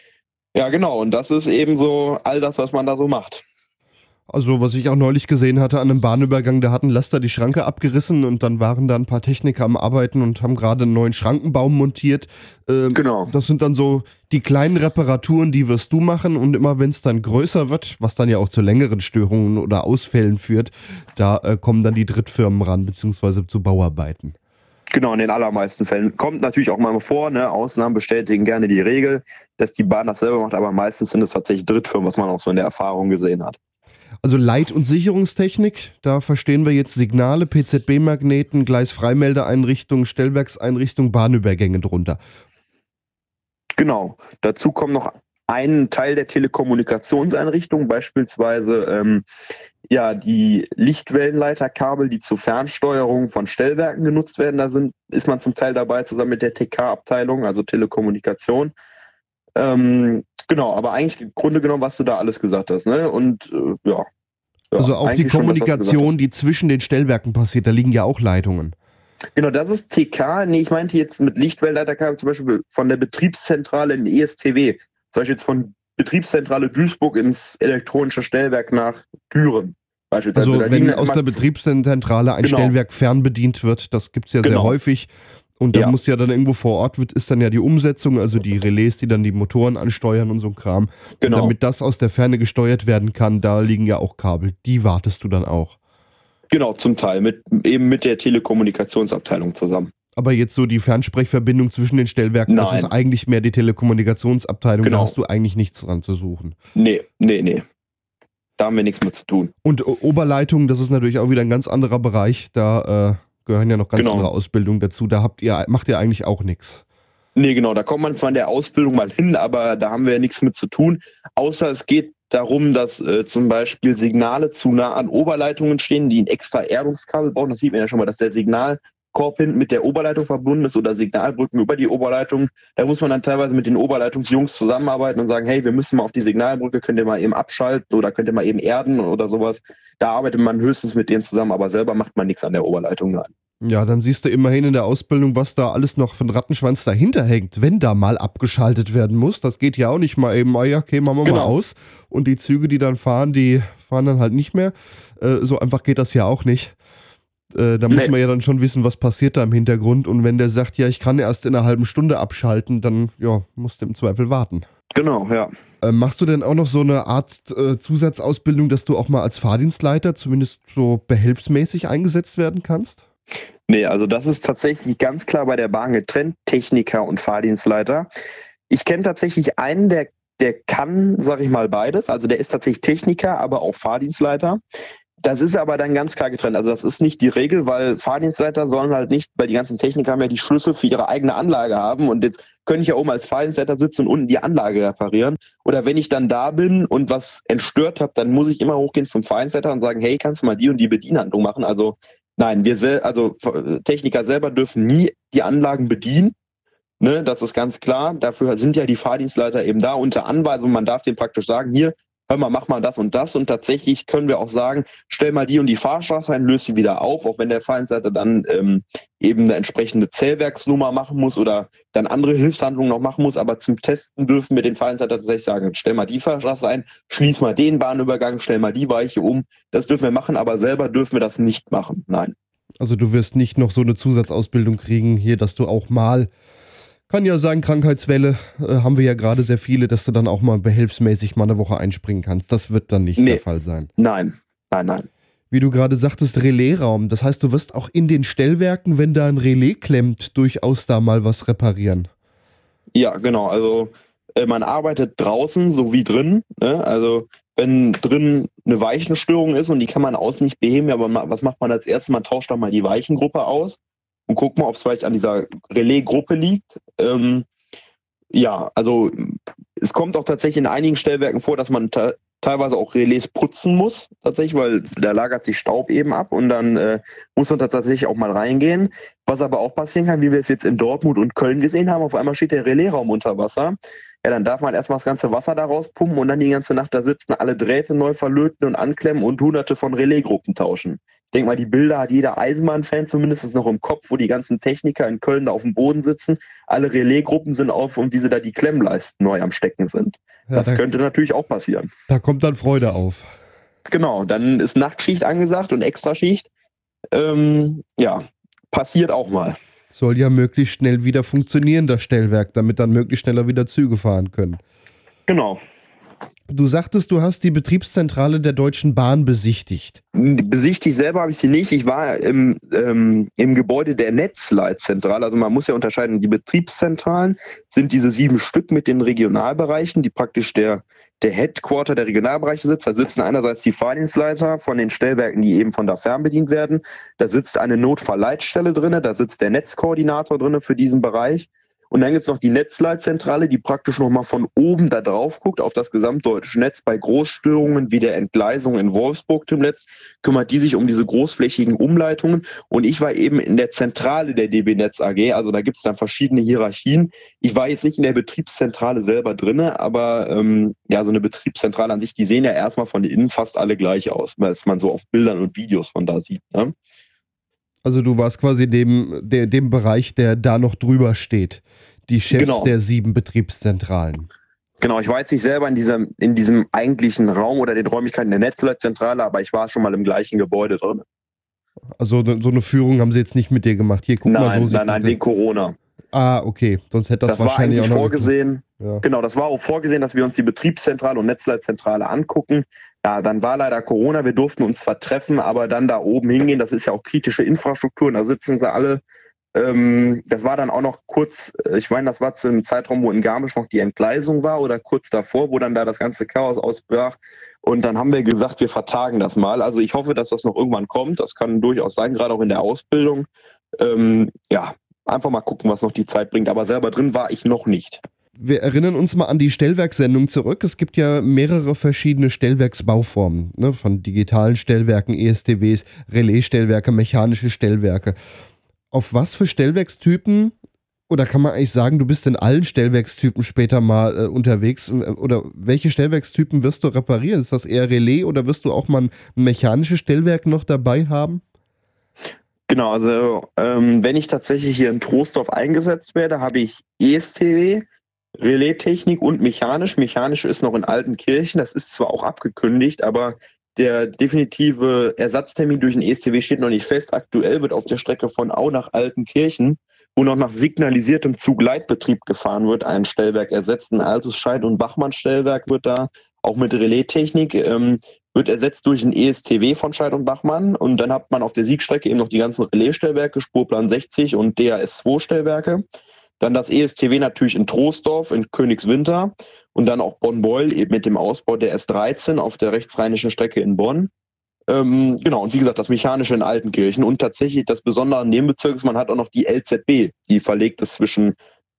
Ja, genau. Und das ist eben so all das, was man da so macht. Also was ich auch neulich gesehen hatte an einem Bahnübergang, da hat ein Laster die Schranke abgerissen und dann waren da ein paar Techniker am Arbeiten und haben gerade einen neuen Schrankenbaum montiert. Genau. Das sind dann so die kleinen Reparaturen, die wirst du machen, und immer wenn es dann größer wird, was dann ja auch zu längeren Störungen oder Ausfällen führt, da kommen dann die Drittfirmen ran, beziehungsweise zu Bauarbeiten. Genau, in den allermeisten Fällen. Kommt natürlich auch mal vor, ne? Ausnahmen bestätigen gerne die Regel, dass die Bahn das selber macht, aber meistens sind es tatsächlich Drittfirmen, was man auch so in der Erfahrung gesehen hat. Also Leit- und Sicherungstechnik, da verstehen wir jetzt Signale, PZB-Magneten, Gleisfreimeldeeinrichtungen, Stellwerkseinrichtungen, Bahnübergänge drunter. Genau, dazu kommt noch ein Teil der Telekommunikationseinrichtung, beispielsweise die Lichtwellenleiterkabel, die zur Fernsteuerung von Stellwerken genutzt werden. Da ist man zum Teil dabei, zusammen mit der TK-Abteilung, also Telekommunikation. Genau, aber eigentlich im Grunde genommen, was du da alles gesagt hast, ne? Und ja. Also auch die Kommunikation, die zwischen den Stellwerken passiert, da liegen ja auch Leitungen. Genau, das ist TK. Nee, ich meinte jetzt mit Lichtwellenleiterkabel zum Beispiel von der Betriebszentrale in ESTW. Zum Beispiel jetzt von Betriebszentrale Duisburg ins elektronische Stellwerk nach Düren. Beispielsweise. Also wenn aus der Betriebszentrale ein Stellwerk fernbedient wird, das gibt es ja sehr häufig. Und da muss ja dann irgendwo vor Ort, ist dann ja die Umsetzung, also die Relais, die dann die Motoren ansteuern und so ein Kram. Genau. Und damit das aus der Ferne gesteuert werden kann, da liegen ja auch Kabel. Die wartest du dann auch. Genau, zum Teil, eben mit der Telekommunikationsabteilung zusammen. Aber jetzt so die Fernsprechverbindung zwischen den Stellwerken, das ist eigentlich mehr die Telekommunikationsabteilung, da hast du eigentlich nichts dran zu suchen. Nee. Da haben wir nichts mehr zu tun. Und Oberleitung, das ist natürlich auch wieder ein ganz anderer Bereich, da gehören ja noch ganz andere Ausbildungen dazu, da macht ihr eigentlich auch nichts. Nee, genau, da kommt man zwar in der Ausbildung mal hin, aber da haben wir ja nichts mit zu tun, außer es geht darum, dass zum Beispiel Signale zu nah an Oberleitungen stehen, die ein extra Erdungskabel brauchen. Das sieht man ja schon mal, dass der Signalkorb hinten mit der Oberleitung verbunden ist oder Signalbrücken über die Oberleitung. Da muss man dann teilweise mit den Oberleitungsjungs zusammenarbeiten und sagen, hey, wir müssen mal auf die Signalbrücke, könnt ihr mal eben abschalten oder könnt ihr mal eben erden oder sowas. Da arbeitet man höchstens mit denen zusammen, aber selber macht man nichts an der Oberleitung. Nein. Ja, dann siehst du immerhin in der Ausbildung, was da alles noch für ein Rattenschwanz dahinter hängt, wenn da mal abgeschaltet werden muss. Das geht ja auch nicht mal eben, okay, machen wir mal aus. Und die Züge, die dann fahren, die fahren dann halt nicht mehr. So einfach geht das ja auch nicht. Da muss man ja dann schon wissen, was passiert da im Hintergrund. Und wenn der sagt, ja, ich kann erst in einer halben Stunde abschalten, dann musst du im Zweifel warten. Genau, ja. Machst du denn auch noch so eine Art Zusatzausbildung, dass du auch mal als Fahrdienstleiter zumindest so behelfsmäßig eingesetzt werden kannst? Nee, also das ist tatsächlich ganz klar bei der Bahn getrennt, Techniker und Fahrdienstleiter. Ich kenne tatsächlich einen, der kann, sag ich mal, beides. Also der ist tatsächlich Techniker, aber auch Fahrdienstleiter. Das ist aber dann ganz klar getrennt. Also das ist nicht die Regel, weil Fahrdienstleiter sollen halt nicht, weil die ganzen Techniker haben ja die Schlüssel für ihre eigene Anlage haben und jetzt könnte ich ja oben als Fahrdienstleiter sitzen und unten die Anlage reparieren. Oder wenn ich dann da bin und was entstört habe, dann muss ich immer hochgehen zum Fahrdienstleiter und sagen, hey, kannst du mal die und die Bedienhandlung machen? Also nein, Techniker selber dürfen nie die Anlagen bedienen. Ne, das ist ganz klar. Dafür sind ja die Fahrdienstleiter eben da unter Anweisung. Man darf denen praktisch sagen, hier, hör mal, mach mal das und das. Und tatsächlich können wir auch sagen, stell mal die und die Fahrstraße ein, löse sie wieder auf, auch wenn der Fahrdienstleiter dann eben eine entsprechende Zählwerksnummer machen muss oder dann andere Hilfshandlungen noch machen muss. Aber zum Testen dürfen wir den Fahrdienstleiter tatsächlich sagen, stell mal die Fahrstraße ein, schließ mal den Bahnübergang, stell mal die Weiche um. Das dürfen wir machen, aber selber dürfen wir das nicht machen. Nein. Also du wirst nicht noch so eine Zusatzausbildung kriegen hier, dass du auch mal, kann ja sein, Krankheitswelle, haben wir ja gerade sehr viele, dass du dann auch mal behelfsmäßig mal eine Woche einspringen kannst. Das wird dann nicht der Fall sein. Nein. Wie du gerade sagtest, Relaisraum. Das heißt, du wirst auch in den Stellwerken, wenn da ein Relais klemmt, durchaus da mal was reparieren. Ja, genau. Also man arbeitet draußen so wie drin. Ne? Also wenn drin eine Weichenstörung ist und die kann man außen nicht beheben, aber was macht man als erstes? Man tauscht dann mal die Weichengruppe aus und guckt mal, ob es vielleicht an dieser Relaisgruppe liegt. Also es kommt auch tatsächlich in einigen Stellwerken vor, dass man teilweise auch Relais putzen muss, tatsächlich, weil da lagert sich Staub eben ab und dann muss man tatsächlich auch mal reingehen. Was aber auch passieren kann, wie wir es jetzt in Dortmund und Köln gesehen haben, auf einmal steht der Relaisraum unter Wasser. Ja, dann darf man erstmal das ganze Wasser da rauspumpen und dann die ganze Nacht da sitzen, alle Drähte neu verlöten und anklemmen und hunderte von Relaisgruppen tauschen. Ich denke mal, die Bilder hat jeder Eisenbahnfan zumindest noch im Kopf, wo die ganzen Techniker in Köln da auf dem Boden sitzen, alle Relaisgruppen sind auf und wie sie da die Klemmleisten neu am Stecken sind. Ja, das könnte natürlich auch passieren. Da kommt dann Freude auf. Genau, dann ist Nachtschicht angesagt und Extraschicht. Passiert auch mal. Soll ja möglichst schnell wieder funktionieren, das Stellwerk, damit dann möglichst schneller wieder Züge fahren können. Genau. Du sagtest, du hast die Betriebszentrale der Deutschen Bahn besichtigt. Besichtigt selber habe ich sie nicht. Ich war im Gebäude der Netzleitzentrale. Also man muss ja unterscheiden, die Betriebszentralen sind diese 7 Stück mit den Regionalbereichen, die praktisch der Headquarter der Regionalbereiche sitzt. Da sitzen einerseits die Fahrdienstleiter von den Stellwerken, die eben von da fernbedient werden. Da sitzt eine Notfallleitstelle drin, da sitzt der Netzkoordinator drin für diesen Bereich. Und dann gibt es noch die Netzleitzentrale, die praktisch nochmal von oben da drauf guckt auf das gesamtdeutsche Netz. Bei Großstörungen wie der Entgleisung in Wolfsburg zuletzt kümmert die sich um diese großflächigen Umleitungen. Und ich war eben in der Zentrale der DB Netz AG, also da gibt es dann verschiedene Hierarchien. Ich war jetzt nicht in der Betriebszentrale selber drinne, aber so eine Betriebszentrale an sich, die sehen ja erstmal von innen fast alle gleich aus, was man so auf Bildern und Videos von da sieht. Ne? Also du warst quasi dem Bereich, der da noch drüber steht. Die Chefs der 7 Betriebszentralen. Genau, ich war jetzt nicht selber in diesem eigentlichen Raum oder den Räumlichkeiten der Netzleitzentrale, aber ich war schon mal im gleichen Gebäude drin. Also so eine Führung haben sie jetzt nicht mit dir gemacht. Hier, guck mal so. Nein, wegen Corona. Ah, okay. Sonst hätte das wahrscheinlich war auch noch vorgesehen. Ja. Genau, das war auch vorgesehen, dass wir uns die Betriebszentrale und Netzleitzentrale angucken. Ja, dann war leider Corona. Wir durften uns zwar treffen, aber dann da oben hingehen, das ist ja auch kritische Infrastruktur. Und da sitzen sie alle. Das war dann auch noch kurz, ich meine, das war zu einem Zeitraum, wo in Garmisch noch die Entgleisung war oder kurz davor, wo dann da das ganze Chaos ausbrach. Und dann haben wir gesagt, wir vertagen das mal. Also ich hoffe, dass das noch irgendwann kommt. Das kann durchaus sein, gerade auch in der Ausbildung. Einfach mal gucken, was noch die Zeit bringt. Aber selber drin war ich noch nicht. Wir erinnern uns mal an die Stellwerkssendung zurück. Es gibt ja mehrere verschiedene Stellwerksbauformen, ne? Von digitalen Stellwerken, ESTWs, Relaisstellwerke, mechanische Stellwerke. Auf was für Stellwerkstypen, oder kann man eigentlich sagen, du bist in allen Stellwerkstypen später mal unterwegs? Oder welche Stellwerkstypen wirst du reparieren? Ist das eher Relais oder wirst du auch mal ein mechanisches Stellwerk noch dabei haben? Genau, also wenn ich tatsächlich hier in Troisdorf eingesetzt werde, habe ich ESTW, Relaistechnik und mechanisch. Mechanisch ist noch in Altenkirchen, das ist zwar auch abgekündigt, aber der definitive Ersatztermin durch den ESTW steht noch nicht fest. Aktuell wird auf der Strecke von Au nach Altenkirchen, wo noch nach signalisiertem Zugleitbetrieb gefahren wird, ein Stellwerk ersetzt. Ein altes Scheid- und Bachmann-Stellwerk wird da auch mit Relaistechnik wird ersetzt durch ein ESTW von Scheid und Bachmann. Und dann hat man auf der Siegstrecke eben noch die ganzen Relaisstellwerke, Spurplan 60 und DAS2-Stellwerke. Dann das ESTW natürlich in Troisdorf, in Königswinter und dann auch Bonn-Beuel eben mit dem Ausbau der S13 auf der rechtsrheinischen Strecke in Bonn. Genau, und wie gesagt, das Mechanische in Altenkirchen. Und tatsächlich das Besondere an dem Bezirk ist, man hat auch noch die LZB, die verlegt ist zwischen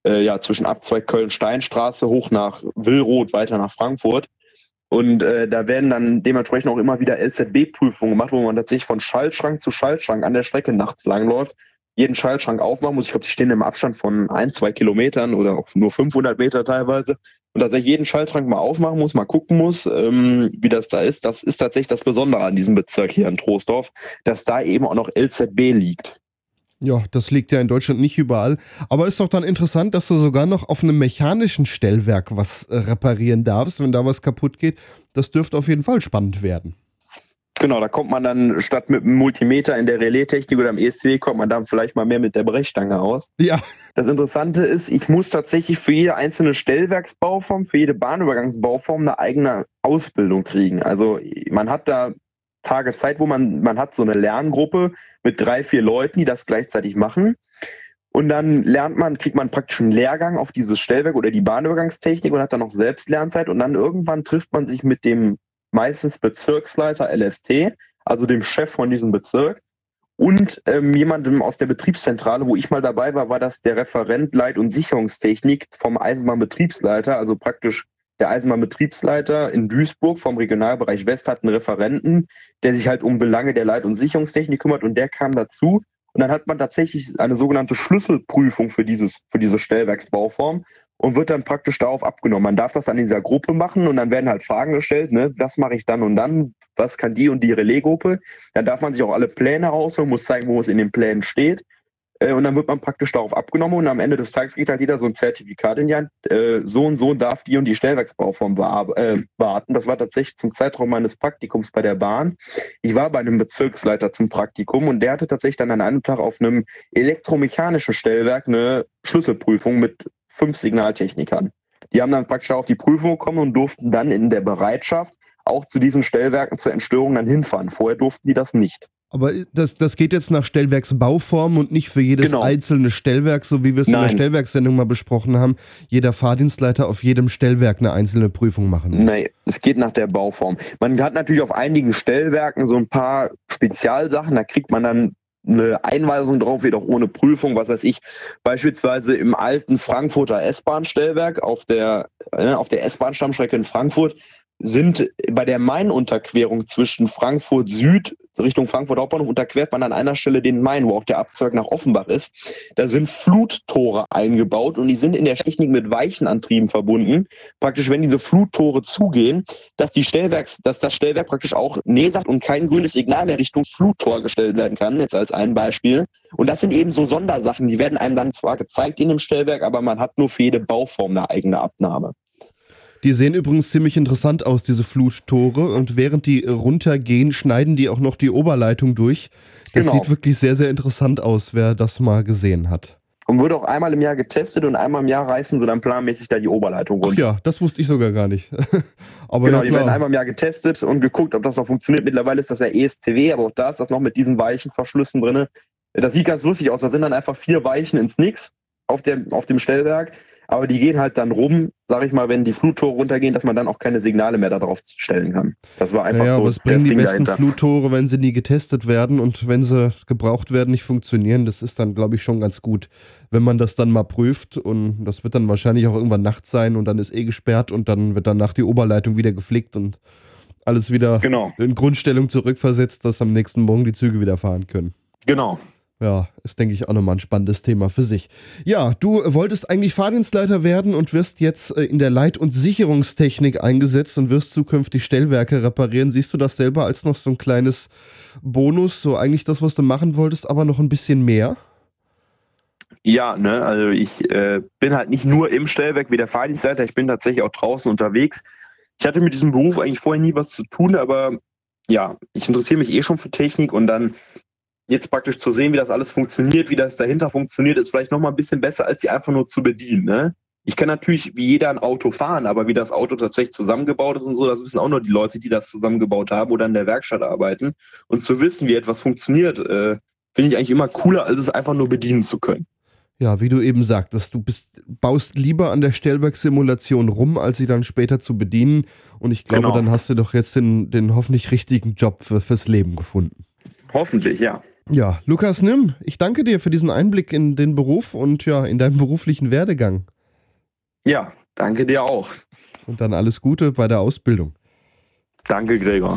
Abzweig Köln-Steinstraße hoch nach Willroth, weiter nach Frankfurt. Und da werden dann dementsprechend auch immer wieder LZB-Prüfungen gemacht, wo man tatsächlich von Schaltschrank zu Schaltschrank an der Strecke nachts langläuft, jeden Schaltschrank aufmachen muss. Ich glaube, die stehen im Abstand von 1-2 Kilometern oder auch nur 500 Meter teilweise. Und dass er jeden Schaltschrank mal aufmachen muss, mal gucken muss, wie das da ist. Das ist tatsächlich das Besondere an diesem Bezirk hier in Troisdorf, dass da eben auch noch LZB liegt. Ja, das liegt ja in Deutschland nicht überall. Aber ist doch dann interessant, dass du sogar noch auf einem mechanischen Stellwerk was reparieren darfst, wenn da was kaputt geht. Das dürfte auf jeden Fall spannend werden. Genau, da kommt man dann statt mit einem Multimeter in der Relaistechnik oder im ESCW, kommt man dann vielleicht mal mehr mit der Brechstange aus. Ja. Das Interessante ist, ich muss tatsächlich für jede einzelne Stellwerksbauform, für jede Bahnübergangsbauform eine eigene Ausbildung kriegen. Also man hat da Tage Zeit, wo man hat so eine Lerngruppe mit 3-4 Leuten, die das gleichzeitig machen. Und dann kriegt man praktisch einen Lehrgang auf dieses Stellwerk oder die Bahnübergangstechnik und hat dann noch Selbstlernzeit. Und dann irgendwann trifft man sich mit dem meistens Bezirksleiter LST, also dem Chef von diesem Bezirk, und jemandem aus der Betriebszentrale, wo ich mal dabei war, war das der Referent Leit- und Sicherungstechnik vom Eisenbahnbetriebsleiter, also praktisch der Eisenbahnbetriebsleiter in Duisburg vom Regionalbereich West hat einen Referenten, der sich halt um Belange der Leit- und Sicherungstechnik kümmert, und der kam dazu. Und dann hat man tatsächlich eine sogenannte Schlüsselprüfung für diese Stellwerksbauform und wird dann praktisch darauf abgenommen. Man darf das an dieser Gruppe machen und dann werden halt Fragen gestellt, ne? Was mache ich dann und dann? Was kann die und die Relaisgruppe? Dann darf man sich auch alle Pläne rausholen, muss zeigen, wo es in den Plänen steht. Und dann wird man praktisch darauf abgenommen und am Ende des Tages kriegt halt jeder so ein Zertifikat in die Hand. So und so darf die und die Stellwerksbauform warten. Das war tatsächlich zum Zeitraum meines Praktikums bei der Bahn. Ich war bei einem Bezirksleiter zum Praktikum und der hatte tatsächlich dann an einem Tag auf einem elektromechanischen Stellwerk eine Schlüsselprüfung mit 5 Signaltechnikern. Die haben dann praktisch auf die Prüfung gekommen und durften dann in der Bereitschaft auch zu diesen Stellwerken zur Entstörung dann hinfahren. Vorher durften die das nicht. Aber das geht jetzt nach Stellwerksbauform und nicht für jedes einzelne Stellwerk, so wie wir es in der Stellwerkssendung mal besprochen haben, jeder Fahrdienstleiter auf jedem Stellwerk eine einzelne Prüfung machen muss. Nein, es geht nach der Bauform. Man hat natürlich auf einigen Stellwerken so ein paar Spezialsachen, da kriegt man dann eine Einweisung drauf wird, auch ohne Prüfung, was weiß ich, beispielsweise im alten Frankfurter S-Bahn-Stellwerk auf der S-Bahn-Stammstrecke in Frankfurt sind bei der Main-Unterquerung zwischen Frankfurt Süd Richtung Frankfurt Hauptbahnhof unterquert man an einer Stelle den Main, wo auch der Abzweig nach Offenbach ist. Da sind Fluttore eingebaut und die sind in der Technik mit Weichenantrieben verbunden. Praktisch, wenn diese Fluttore zugehen, dass das Stellwerk praktisch auch Nee sagt und kein grünes Signal mehr Richtung Fluttor gestellt werden kann, jetzt als ein Beispiel. Und das sind eben so Sondersachen, die werden einem dann zwar gezeigt in dem Stellwerk, aber man hat nur für jede Bauform eine eigene Abnahme. Die sehen übrigens ziemlich interessant aus, diese Fluttore. Und während die runtergehen, schneiden die auch noch die Oberleitung durch. Das sieht wirklich sehr, sehr interessant aus, wer das mal gesehen hat. Und wird auch einmal im Jahr getestet und einmal im Jahr reißen sie dann planmäßig da die Oberleitung runter. Ach ja, das wusste ich sogar gar nicht. Aber genau, ja, die werden einmal im Jahr getestet und geguckt, ob das noch funktioniert. Mittlerweile ist das ja ESTW, aber auch da ist das noch mit diesen weichen Verschlüssen drin. Das sieht ganz lustig aus. Da sind dann einfach 4 Weichen ins Nix auf dem Stellwerk. Aber die gehen halt dann rum, sag ich mal, wenn die Fluttore runtergehen, dass man dann auch keine Signale mehr darauf stellen kann. Das war einfach so. Aber es bringen die besten Fluttore, wenn sie nie getestet werden und wenn sie gebraucht werden, nicht funktionieren. Das ist dann, glaube ich, schon ganz gut, wenn man das dann mal prüft. Und das wird dann wahrscheinlich auch irgendwann nachts sein und dann ist gesperrt und dann wird danach die Oberleitung wieder geflickt und alles wieder in Grundstellung zurückversetzt, dass am nächsten Morgen die Züge wieder fahren können. Genau. Ja, ist, denke ich, auch nochmal ein spannendes Thema für sich. Ja, du wolltest eigentlich Fahrdienstleiter werden und wirst jetzt in der Leit- und Sicherungstechnik eingesetzt und wirst zukünftig Stellwerke reparieren. Siehst du das selber als noch so ein kleines Bonus, so eigentlich das, was du machen wolltest, aber noch ein bisschen mehr? Ja, ne, also ich bin halt nicht nur im Stellwerk wie der Fahrdienstleiter, ich bin tatsächlich auch draußen unterwegs. Ich hatte mit diesem Beruf eigentlich vorher nie was zu tun, aber ja, ich interessiere mich schon für Technik und dann jetzt praktisch zu sehen, wie das alles funktioniert, wie das dahinter funktioniert, ist vielleicht nochmal ein bisschen besser, als sie einfach nur zu bedienen. Ne? Ich kann natürlich wie jeder ein Auto fahren, aber wie das Auto tatsächlich zusammengebaut ist und so, das wissen auch nur die Leute, die das zusammengebaut haben oder in der Werkstatt arbeiten. Und zu wissen, wie etwas funktioniert, finde ich eigentlich immer cooler, als es einfach nur bedienen zu können. Ja, wie du eben sagtest, du baust lieber an der Stellwerksimulation rum, als sie dann später zu bedienen. Und ich glaube, dann hast du doch jetzt den hoffentlich richtigen Job fürs Leben gefunden. Hoffentlich, ja. Ja, Lukas Nimm, ich danke dir für diesen Einblick in den Beruf und ja, in deinen beruflichen Werdegang. Ja, danke dir auch. Und dann alles Gute bei der Ausbildung. Danke, Gregor.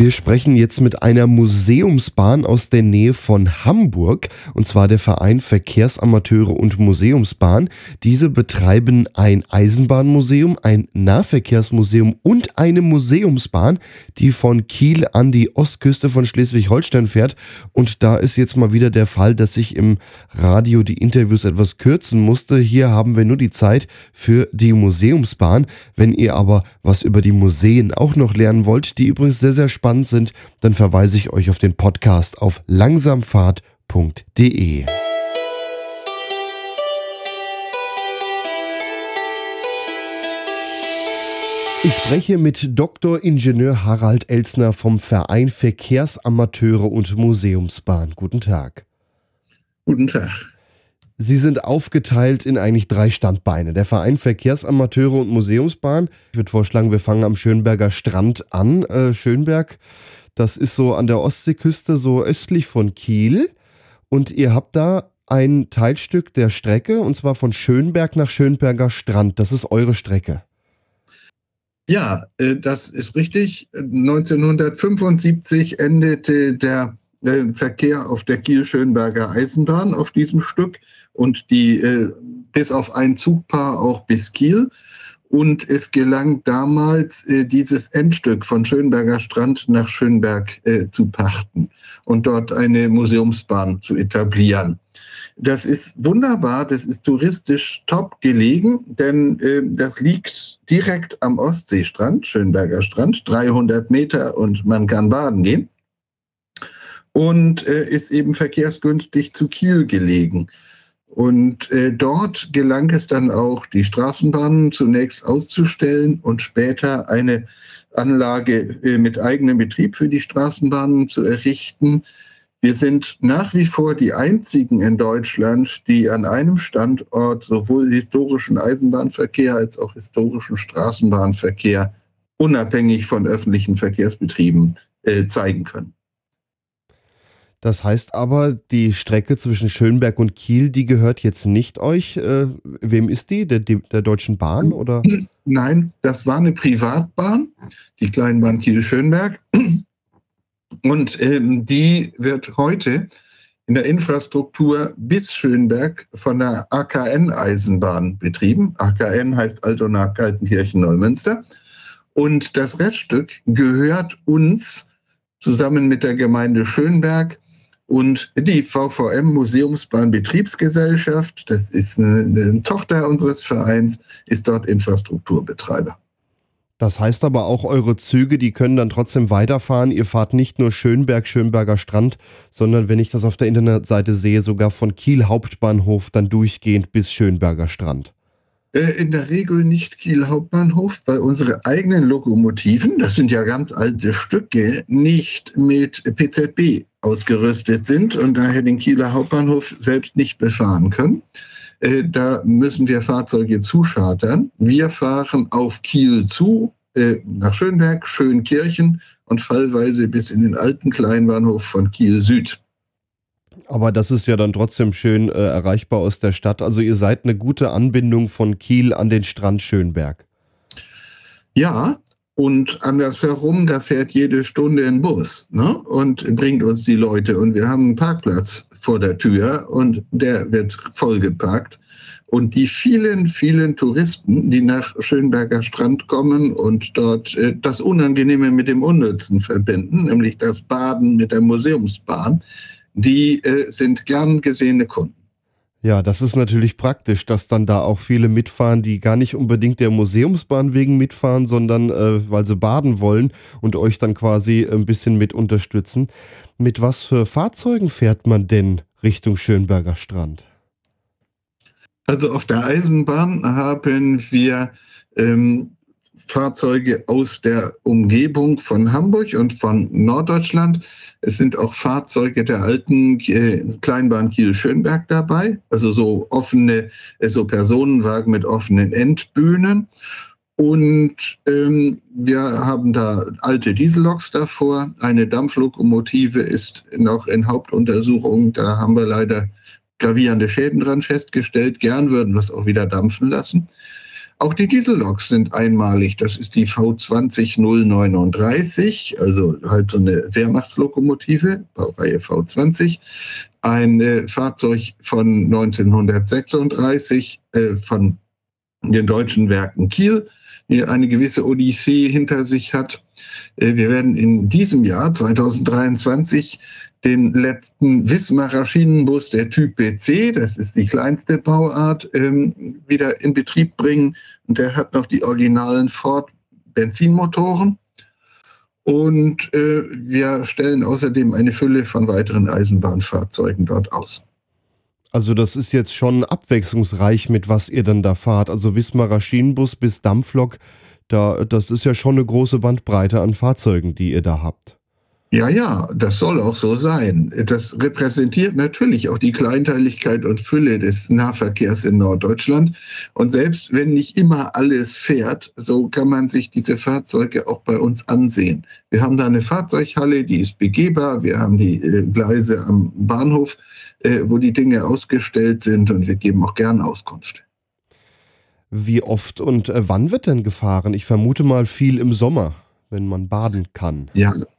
Wir sprechen jetzt mit einer Museumsbahn aus der Nähe von Hamburg, und zwar der Verein Verkehrsamateure und Museumsbahn. Diese betreiben ein Eisenbahnmuseum, ein Nahverkehrsmuseum und eine Museumsbahn, die von Kiel an die Ostküste von Schleswig-Holstein fährt. Und da ist jetzt mal wieder der Fall, dass ich im Radio die Interviews etwas kürzen musste. Hier haben wir nur die Zeit für die Museumsbahn. Wenn ihr aber was über die Museen auch noch lernen wollt, die übrigens sehr, sehr spannend sind, dann verweise ich euch auf den Podcast auf langsamfahrt.de. Ich spreche mit Dr. Ingenieur Harald Elsner vom Verein Verkehrsamateure und Museumsbahn. Guten Tag. Guten Tag. Sie sind aufgeteilt in eigentlich 3 Standbeine. Der Verein Verkehrsamateure und Museumsbahn. Ich würde vorschlagen, wir fangen am Schönberger Strand an. Schönberg, das ist so an der Ostseeküste, so östlich von Kiel. Und ihr habt da ein Teilstück der Strecke, und zwar von Schönberg nach Schönberger Strand. Das ist eure Strecke. Ja, das ist richtig. 1975 endete der Verkehr auf der Kiel-Schönberger Eisenbahn auf diesem Stück und die bis auf ein Zugpaar auch bis Kiel. Und es gelang damals, dieses Endstück von Schönberger Strand nach Schönberg zu pachten und dort eine Museumsbahn zu etablieren. Das ist wunderbar, das ist touristisch top gelegen, denn das liegt direkt am Ostseestrand, Schönberger Strand, 300 Meter und man kann baden gehen. Und ist eben verkehrsgünstig zu Kiel gelegen. Und dort gelang es dann auch, die Straßenbahnen zunächst auszustellen und später eine Anlage mit eigenem Betrieb für die Straßenbahnen zu errichten. Wir sind nach wie vor die einzigen in Deutschland, die an einem Standort sowohl historischen Eisenbahnverkehr als auch historischen Straßenbahnverkehr unabhängig von öffentlichen Verkehrsbetrieben zeigen können. Das heißt aber, die Strecke zwischen Schönberg und Kiel, die gehört jetzt nicht euch. Wem ist die? Der Deutschen Bahn, oder? Nein, das war eine Privatbahn, die Kleinbahn Kiel-Schönberg. Und die wird heute in der Infrastruktur bis Schönberg von der AKN-Eisenbahn betrieben. AKN heißt Altona-Kaltenkirchen-Neumünster. Und das Reststück gehört uns zusammen mit der Gemeinde Schönberg und die VVM Museumsbahn Betriebsgesellschaft, das ist eine Tochter unseres Vereins, ist dort Infrastrukturbetreiber. Das heißt aber auch, eure Züge, die können dann trotzdem weiterfahren. Ihr fahrt nicht nur Schönberg, Schönberger Strand, sondern, wenn ich das auf der Internetseite sehe, sogar von Kiel Hauptbahnhof dann durchgehend bis Schönberger Strand. In der Regel nicht Kiel Hauptbahnhof, weil unsere eigenen Lokomotiven, das sind ja ganz alte Stücke, nicht mit PZB ausgerüstet sind und daher den Kieler Hauptbahnhof selbst nicht befahren können. Da müssen wir Fahrzeuge zuschartern. Wir fahren auf Kiel zu, nach Schönberg, Schönkirchen und fallweise bis in den alten Kleinbahnhof von Kiel Süd. Aber das ist ja dann trotzdem schön erreichbar aus der Stadt. Also ihr seid eine gute Anbindung von Kiel an den Strand Schönberg. Ja, und andersherum, da fährt jede Stunde ein Bus, ne, und bringt uns die Leute. Und wir haben einen Parkplatz vor der Tür und der wird vollgeparkt. Und die vielen, vielen Touristen, die nach Schönberger Strand kommen und dort das Unangenehme mit dem Unnützen verbinden, nämlich das Baden mit der Museumsbahn, die sind gern gesehene Kunden. Ja, das ist natürlich praktisch, dass dann da auch viele mitfahren, die gar nicht unbedingt der Museumsbahn wegen mitfahren, sondern weil sie baden wollen und euch dann quasi ein bisschen mit unterstützen. Mit was für Fahrzeugen fährt man denn Richtung Schönberger Strand? Also auf der Eisenbahn haben wir Fahrzeuge aus der Umgebung von Hamburg und von Norddeutschland. Es sind auch Fahrzeuge der alten Kleinbahn Kiel-Schönberg dabei, also so offene, so Personenwagen mit offenen Endbühnen. Und wir haben da alte Dieselloks davor. Eine Dampflokomotive ist noch in Hauptuntersuchung. Da haben wir leider gravierende Schäden dran festgestellt. Gern würden wir es auch wieder dampfen lassen. Auch die Dieselloks sind einmalig. Das ist die V20 039, also halt so eine Wehrmachtslokomotive, Baureihe V20. Ein Fahrzeug von 1936 von den Deutschen Werken Kiel, die eine gewisse Odyssee hinter sich hat. Wir werden in diesem Jahr 2023 den letzten Wismar Schienenbus der Typ BC, das ist die kleinste Bauart, wieder in Betrieb bringen. Und der hat noch die originalen Ford Benzinmotoren. Und wir stellen außerdem eine Fülle von weiteren Eisenbahnfahrzeugen dort aus. Also das ist jetzt schon abwechslungsreich, mit was ihr dann da fahrt. Also Wismarer Schienenbus bis Dampflok, das ist ja schon eine große Bandbreite an Fahrzeugen, die ihr da habt. Ja, das soll auch so sein. Das repräsentiert natürlich auch die Kleinteiligkeit und Fülle des Nahverkehrs in Norddeutschland. Und selbst wenn nicht immer alles fährt, so kann man sich diese Fahrzeuge auch bei uns ansehen. Wir haben da eine Fahrzeughalle, die ist begehbar. Wir haben die Gleise am Bahnhof, wo die Dinge ausgestellt sind, und wir geben auch gern Auskunft. Wie oft und wann wird denn gefahren? Ich vermute mal viel im Sommer, wenn man baden kann.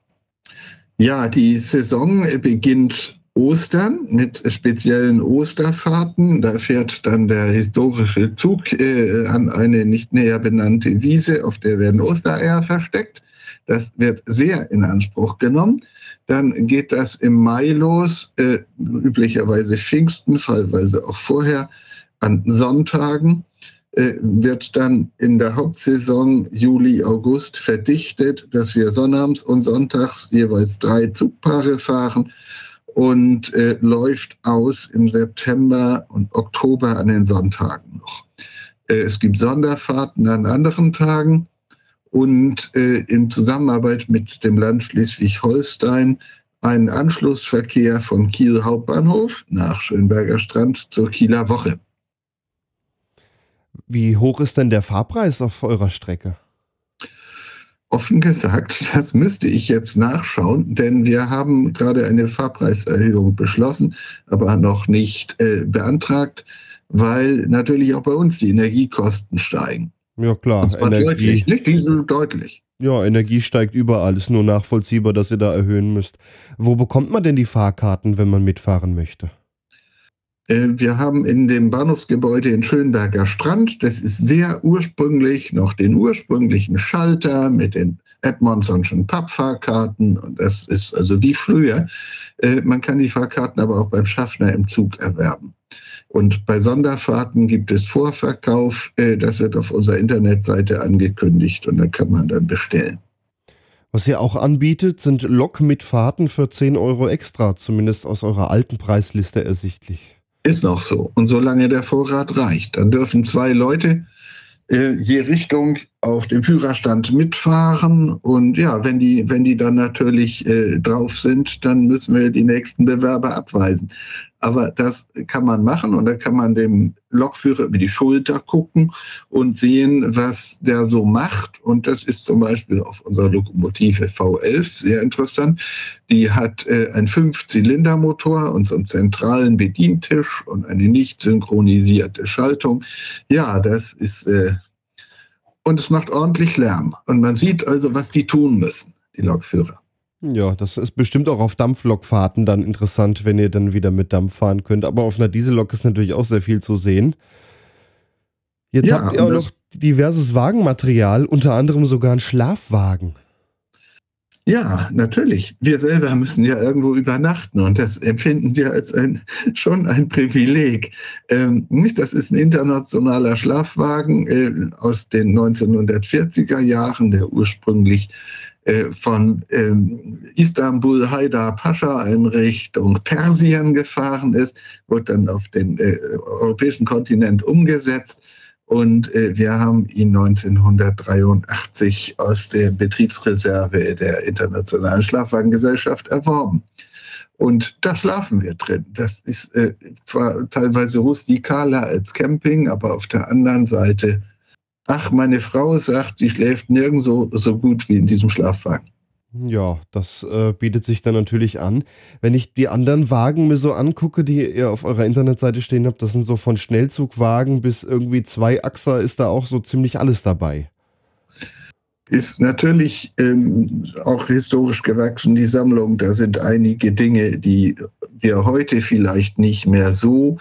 Ja, die Saison beginnt Ostern mit speziellen Osterfahrten. Da fährt dann der historische Zug an eine nicht näher benannte Wiese, auf der werden Ostereier versteckt. Das wird sehr in Anspruch genommen. Dann geht das im Mai los, üblicherweise Pfingsten, teilweise auch vorher, an Sonntagen. Wird dann in der Hauptsaison Juli, August verdichtet, dass wir sonnabends und sonntags jeweils 3 Zugpaare fahren, und läuft aus im September und Oktober an den Sonntagen noch. Es gibt Sonderfahrten an anderen Tagen, und in Zusammenarbeit mit dem Land Schleswig-Holstein einen Anschlussverkehr von Kiel Hauptbahnhof nach Schönberger Strand zur Kieler Woche. Wie hoch ist denn der Fahrpreis auf eurer Strecke? Offen gesagt, das müsste ich jetzt nachschauen, denn wir haben gerade eine Fahrpreiserhöhung beschlossen, aber noch nicht beantragt, weil natürlich auch bei uns die Energiekosten steigen. Ja klar, und zwar deutlich, nicht Diesel, deutlich. Ja, Energie steigt überall, ist nur nachvollziehbar, dass ihr da erhöhen müsst. Wo bekommt man denn die Fahrkarten, wenn man mitfahren möchte? Wir haben in dem Bahnhofsgebäude in Schönberger Strand, das ist sehr ursprünglich, noch den ursprünglichen Schalter mit den Edmondsonschen Pappfahrkarten, und das ist also wie früher. Man kann die Fahrkarten aber auch beim Schaffner im Zug erwerben. Und bei Sonderfahrten gibt es Vorverkauf, das wird auf unserer Internetseite angekündigt, und da kann man dann bestellen. Was ihr auch anbietet, sind Lokmitfahrten für 10 € extra, zumindest aus eurer alten Preisliste ersichtlich. Ist noch so. Und solange der Vorrat reicht, dann dürfen 2 Leute je Richtung auf dem Führerstand mitfahren. Und ja, wenn die dann natürlich drauf sind, dann müssen wir die nächsten Bewerber abweisen. Aber das kann man machen, und da kann man dem Lokführer über die Schulter gucken und sehen, was der so macht. Und das ist zum Beispiel auf unserer Lokomotive V11 sehr interessant. Die hat einen 5-Zylinder-Motor und so einen zentralen Bedientisch und eine nicht synchronisierte Schaltung. Ja, das ist und es macht ordentlich Lärm. Und man sieht also, was die tun müssen, die Lokführer. Ja, das ist bestimmt auch auf Dampflokfahrten dann interessant, wenn ihr dann wieder mit Dampf fahren könnt. Aber auf einer Diesellok ist natürlich auch sehr viel zu sehen. Jetzt habt ihr auch noch diverses Wagenmaterial, unter anderem sogar einen Schlafwagen. Ja, natürlich. Wir selber müssen ja irgendwo übernachten, und das empfinden wir als schon ein Privileg. Das ist ein internationaler Schlafwagen aus den 1940er Jahren, der ursprünglich von Istanbul, Haydar Pascha in Richtung Persien gefahren ist, wurde dann auf den europäischen Kontinent umgesetzt. Und wir haben ihn 1983 aus der Betriebsreserve der Internationalen Schlafwagengesellschaft erworben. Und da schlafen wir drin. Das ist zwar teilweise rustikaler als Camping, aber auf der anderen Seite, meine Frau sagt, sie schläft nirgendwo so gut wie in diesem Schlafwagen. Ja, das bietet sich dann natürlich an. Wenn ich die anderen Wagen mir so angucke, die ihr auf eurer Internetseite stehen habt, das sind so von Schnellzugwagen bis irgendwie Zweiachser, ist da auch so ziemlich alles dabei. Ist natürlich auch historisch gewachsen, die Sammlung. Da sind einige Dinge, die wir heute vielleicht nicht mehr so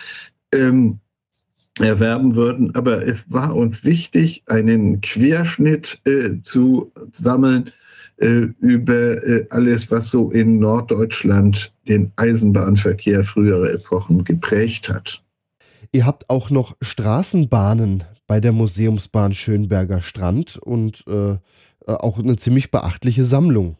erwerben würden. Aber es war uns wichtig, einen Querschnitt zu sammeln über alles, was so in Norddeutschland den Eisenbahnverkehr früherer Epochen geprägt hat. Ihr habt auch noch Straßenbahnen bei der Museumsbahn Schönberger Strand und auch eine ziemlich beachtliche Sammlung.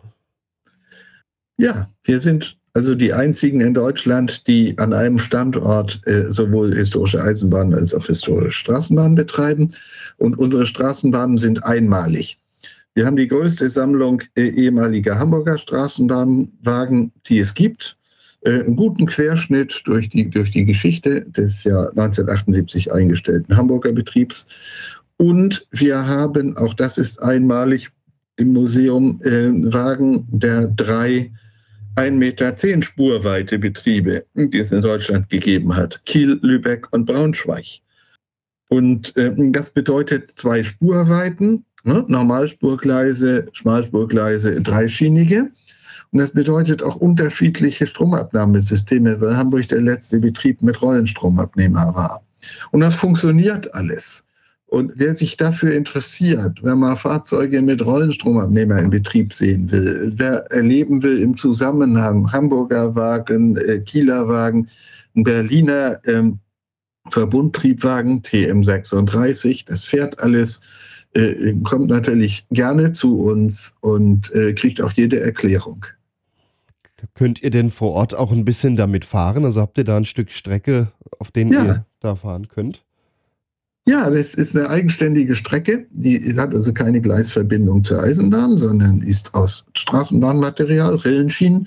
Ja, wir sind also die einzigen in Deutschland, die an einem Standort sowohl historische Eisenbahnen als auch historische Straßenbahnen betreiben. Und unsere Straßenbahnen sind einmalig. Wir haben die größte Sammlung ehemaliger Hamburger Straßenbahnwagen, die es gibt. Einen guten Querschnitt durch die Geschichte des Jahr 1978 eingestellten Hamburger Betriebs. Und wir haben, auch das ist einmalig im Museum, Wagen der 3 1,10 Meter Spurweite Betriebe, die es in Deutschland gegeben hat. Kiel, Lübeck und Braunschweig. Und das bedeutet 2 Spurweiten, ne? Normalspurgleise, Schmalspurgleise, dreischienige. Und das bedeutet auch unterschiedliche Stromabnahmesysteme, weil Hamburg der letzte Betrieb mit Rollenstromabnehmer war. Und das funktioniert alles. Und wer sich dafür interessiert, wer mal Fahrzeuge mit Rollenstromabnehmer in Betrieb sehen will, wer erleben will im Zusammenhang Hamburger Wagen, Kieler Wagen, Berliner Verbundtriebwagen, TM36, das fährt alles, kommt natürlich gerne zu uns und kriegt auch jede Erklärung. Könnt ihr denn vor Ort auch ein bisschen damit fahren? Also habt ihr da ein Stück Strecke, auf denen ihr da fahren könnt? Ja, das ist eine eigenständige Strecke. Die hat also keine Gleisverbindung zur Eisenbahn, sondern ist aus Straßenbahnmaterial, Rillenschienen,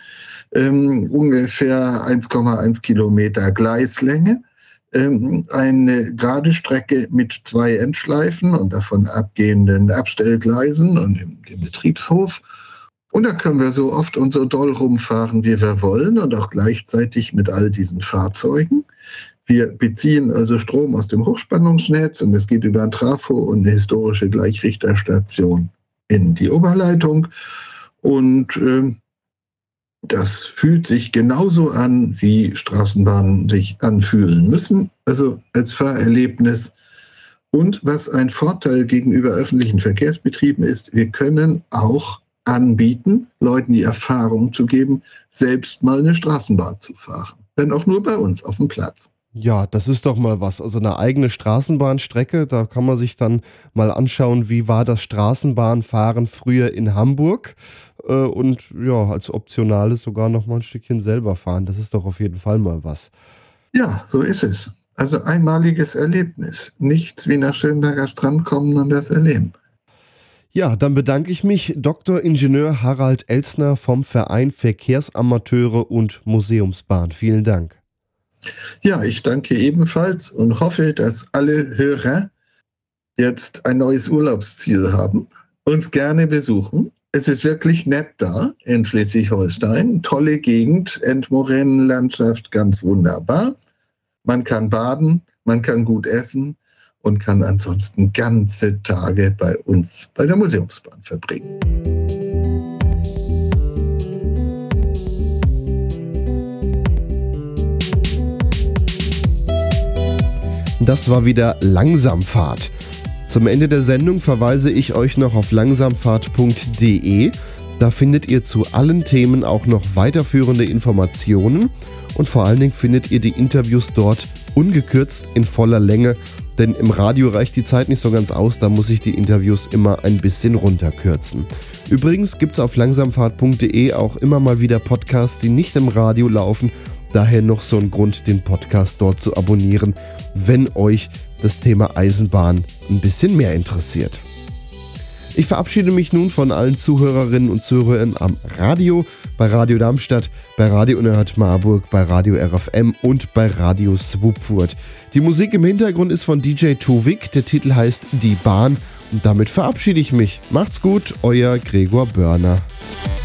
ungefähr 1,1 Kilometer Gleislänge. Eine gerade Strecke mit 2 Endschleifen und davon abgehenden Abstellgleisen und dem Betriebshof. Und da können wir so oft und so doll rumfahren, wie wir wollen und auch gleichzeitig mit all diesen Fahrzeugen. Wir beziehen also Strom aus dem Hochspannungsnetz und es geht über ein Trafo und eine historische Gleichrichterstation in die Oberleitung. Und das fühlt sich genauso an, wie Straßenbahnen sich anfühlen müssen, also als Fahrerlebnis. Und was ein Vorteil gegenüber öffentlichen Verkehrsbetrieben ist, wir können auch anbieten, Leuten die Erfahrung zu geben, selbst mal eine Straßenbahn zu fahren. Wenn auch nur bei uns auf dem Platz. Ja, das ist doch mal was. Also eine eigene Straßenbahnstrecke, da kann man sich dann mal anschauen, wie war das Straßenbahnfahren früher in Hamburg und ja, als Optionales sogar noch mal ein Stückchen selber fahren. Das ist doch auf jeden Fall mal was. Ja, so ist es. Also einmaliges Erlebnis. Nichts wie nach Schönberger Strand kommen und das erleben. Ja, dann bedanke ich mich, Dr. Ingenieur Harald Elsner vom Verein Verkehrsamateure und Museumsbahn. Vielen Dank. Ja, ich danke ebenfalls und hoffe, dass alle Hörer jetzt ein neues Urlaubsziel haben, uns gerne besuchen. Es ist wirklich nett da in Schleswig-Holstein. Tolle Gegend, Endmoränenlandschaft, ganz wunderbar. Man kann baden, man kann gut essen und kann ansonsten ganze Tage bei uns bei der Museumsbahn verbringen. Das war wieder Langsamfahrt. Zum Ende der Sendung verweise ich euch noch auf langsamfahrt.de. Da findet ihr zu allen Themen auch noch weiterführende Informationen und vor allen Dingen findet ihr die Interviews dort ungekürzt in voller Länge, denn im Radio reicht die Zeit nicht so ganz aus, da muss ich die Interviews immer ein bisschen runterkürzen. Übrigens gibt es auf langsamfahrt.de auch immer mal wieder Podcasts, die nicht im Radio laufen. Daher noch so ein Grund, den Podcast dort zu abonnieren, wenn euch das Thema Eisenbahn ein bisschen mehr interessiert. Ich verabschiede mich nun von allen Zuhörerinnen und Zuhörern am Radio, bei Radio Darmstadt, bei Radio Unerhört Marburg, bei Radio RFM und bei Radio Swupfurt. Die Musik im Hintergrund ist von DJ Tuvik, der Titel heißt Die Bahn und damit verabschiede ich mich. Macht's gut, euer Gregor Börner.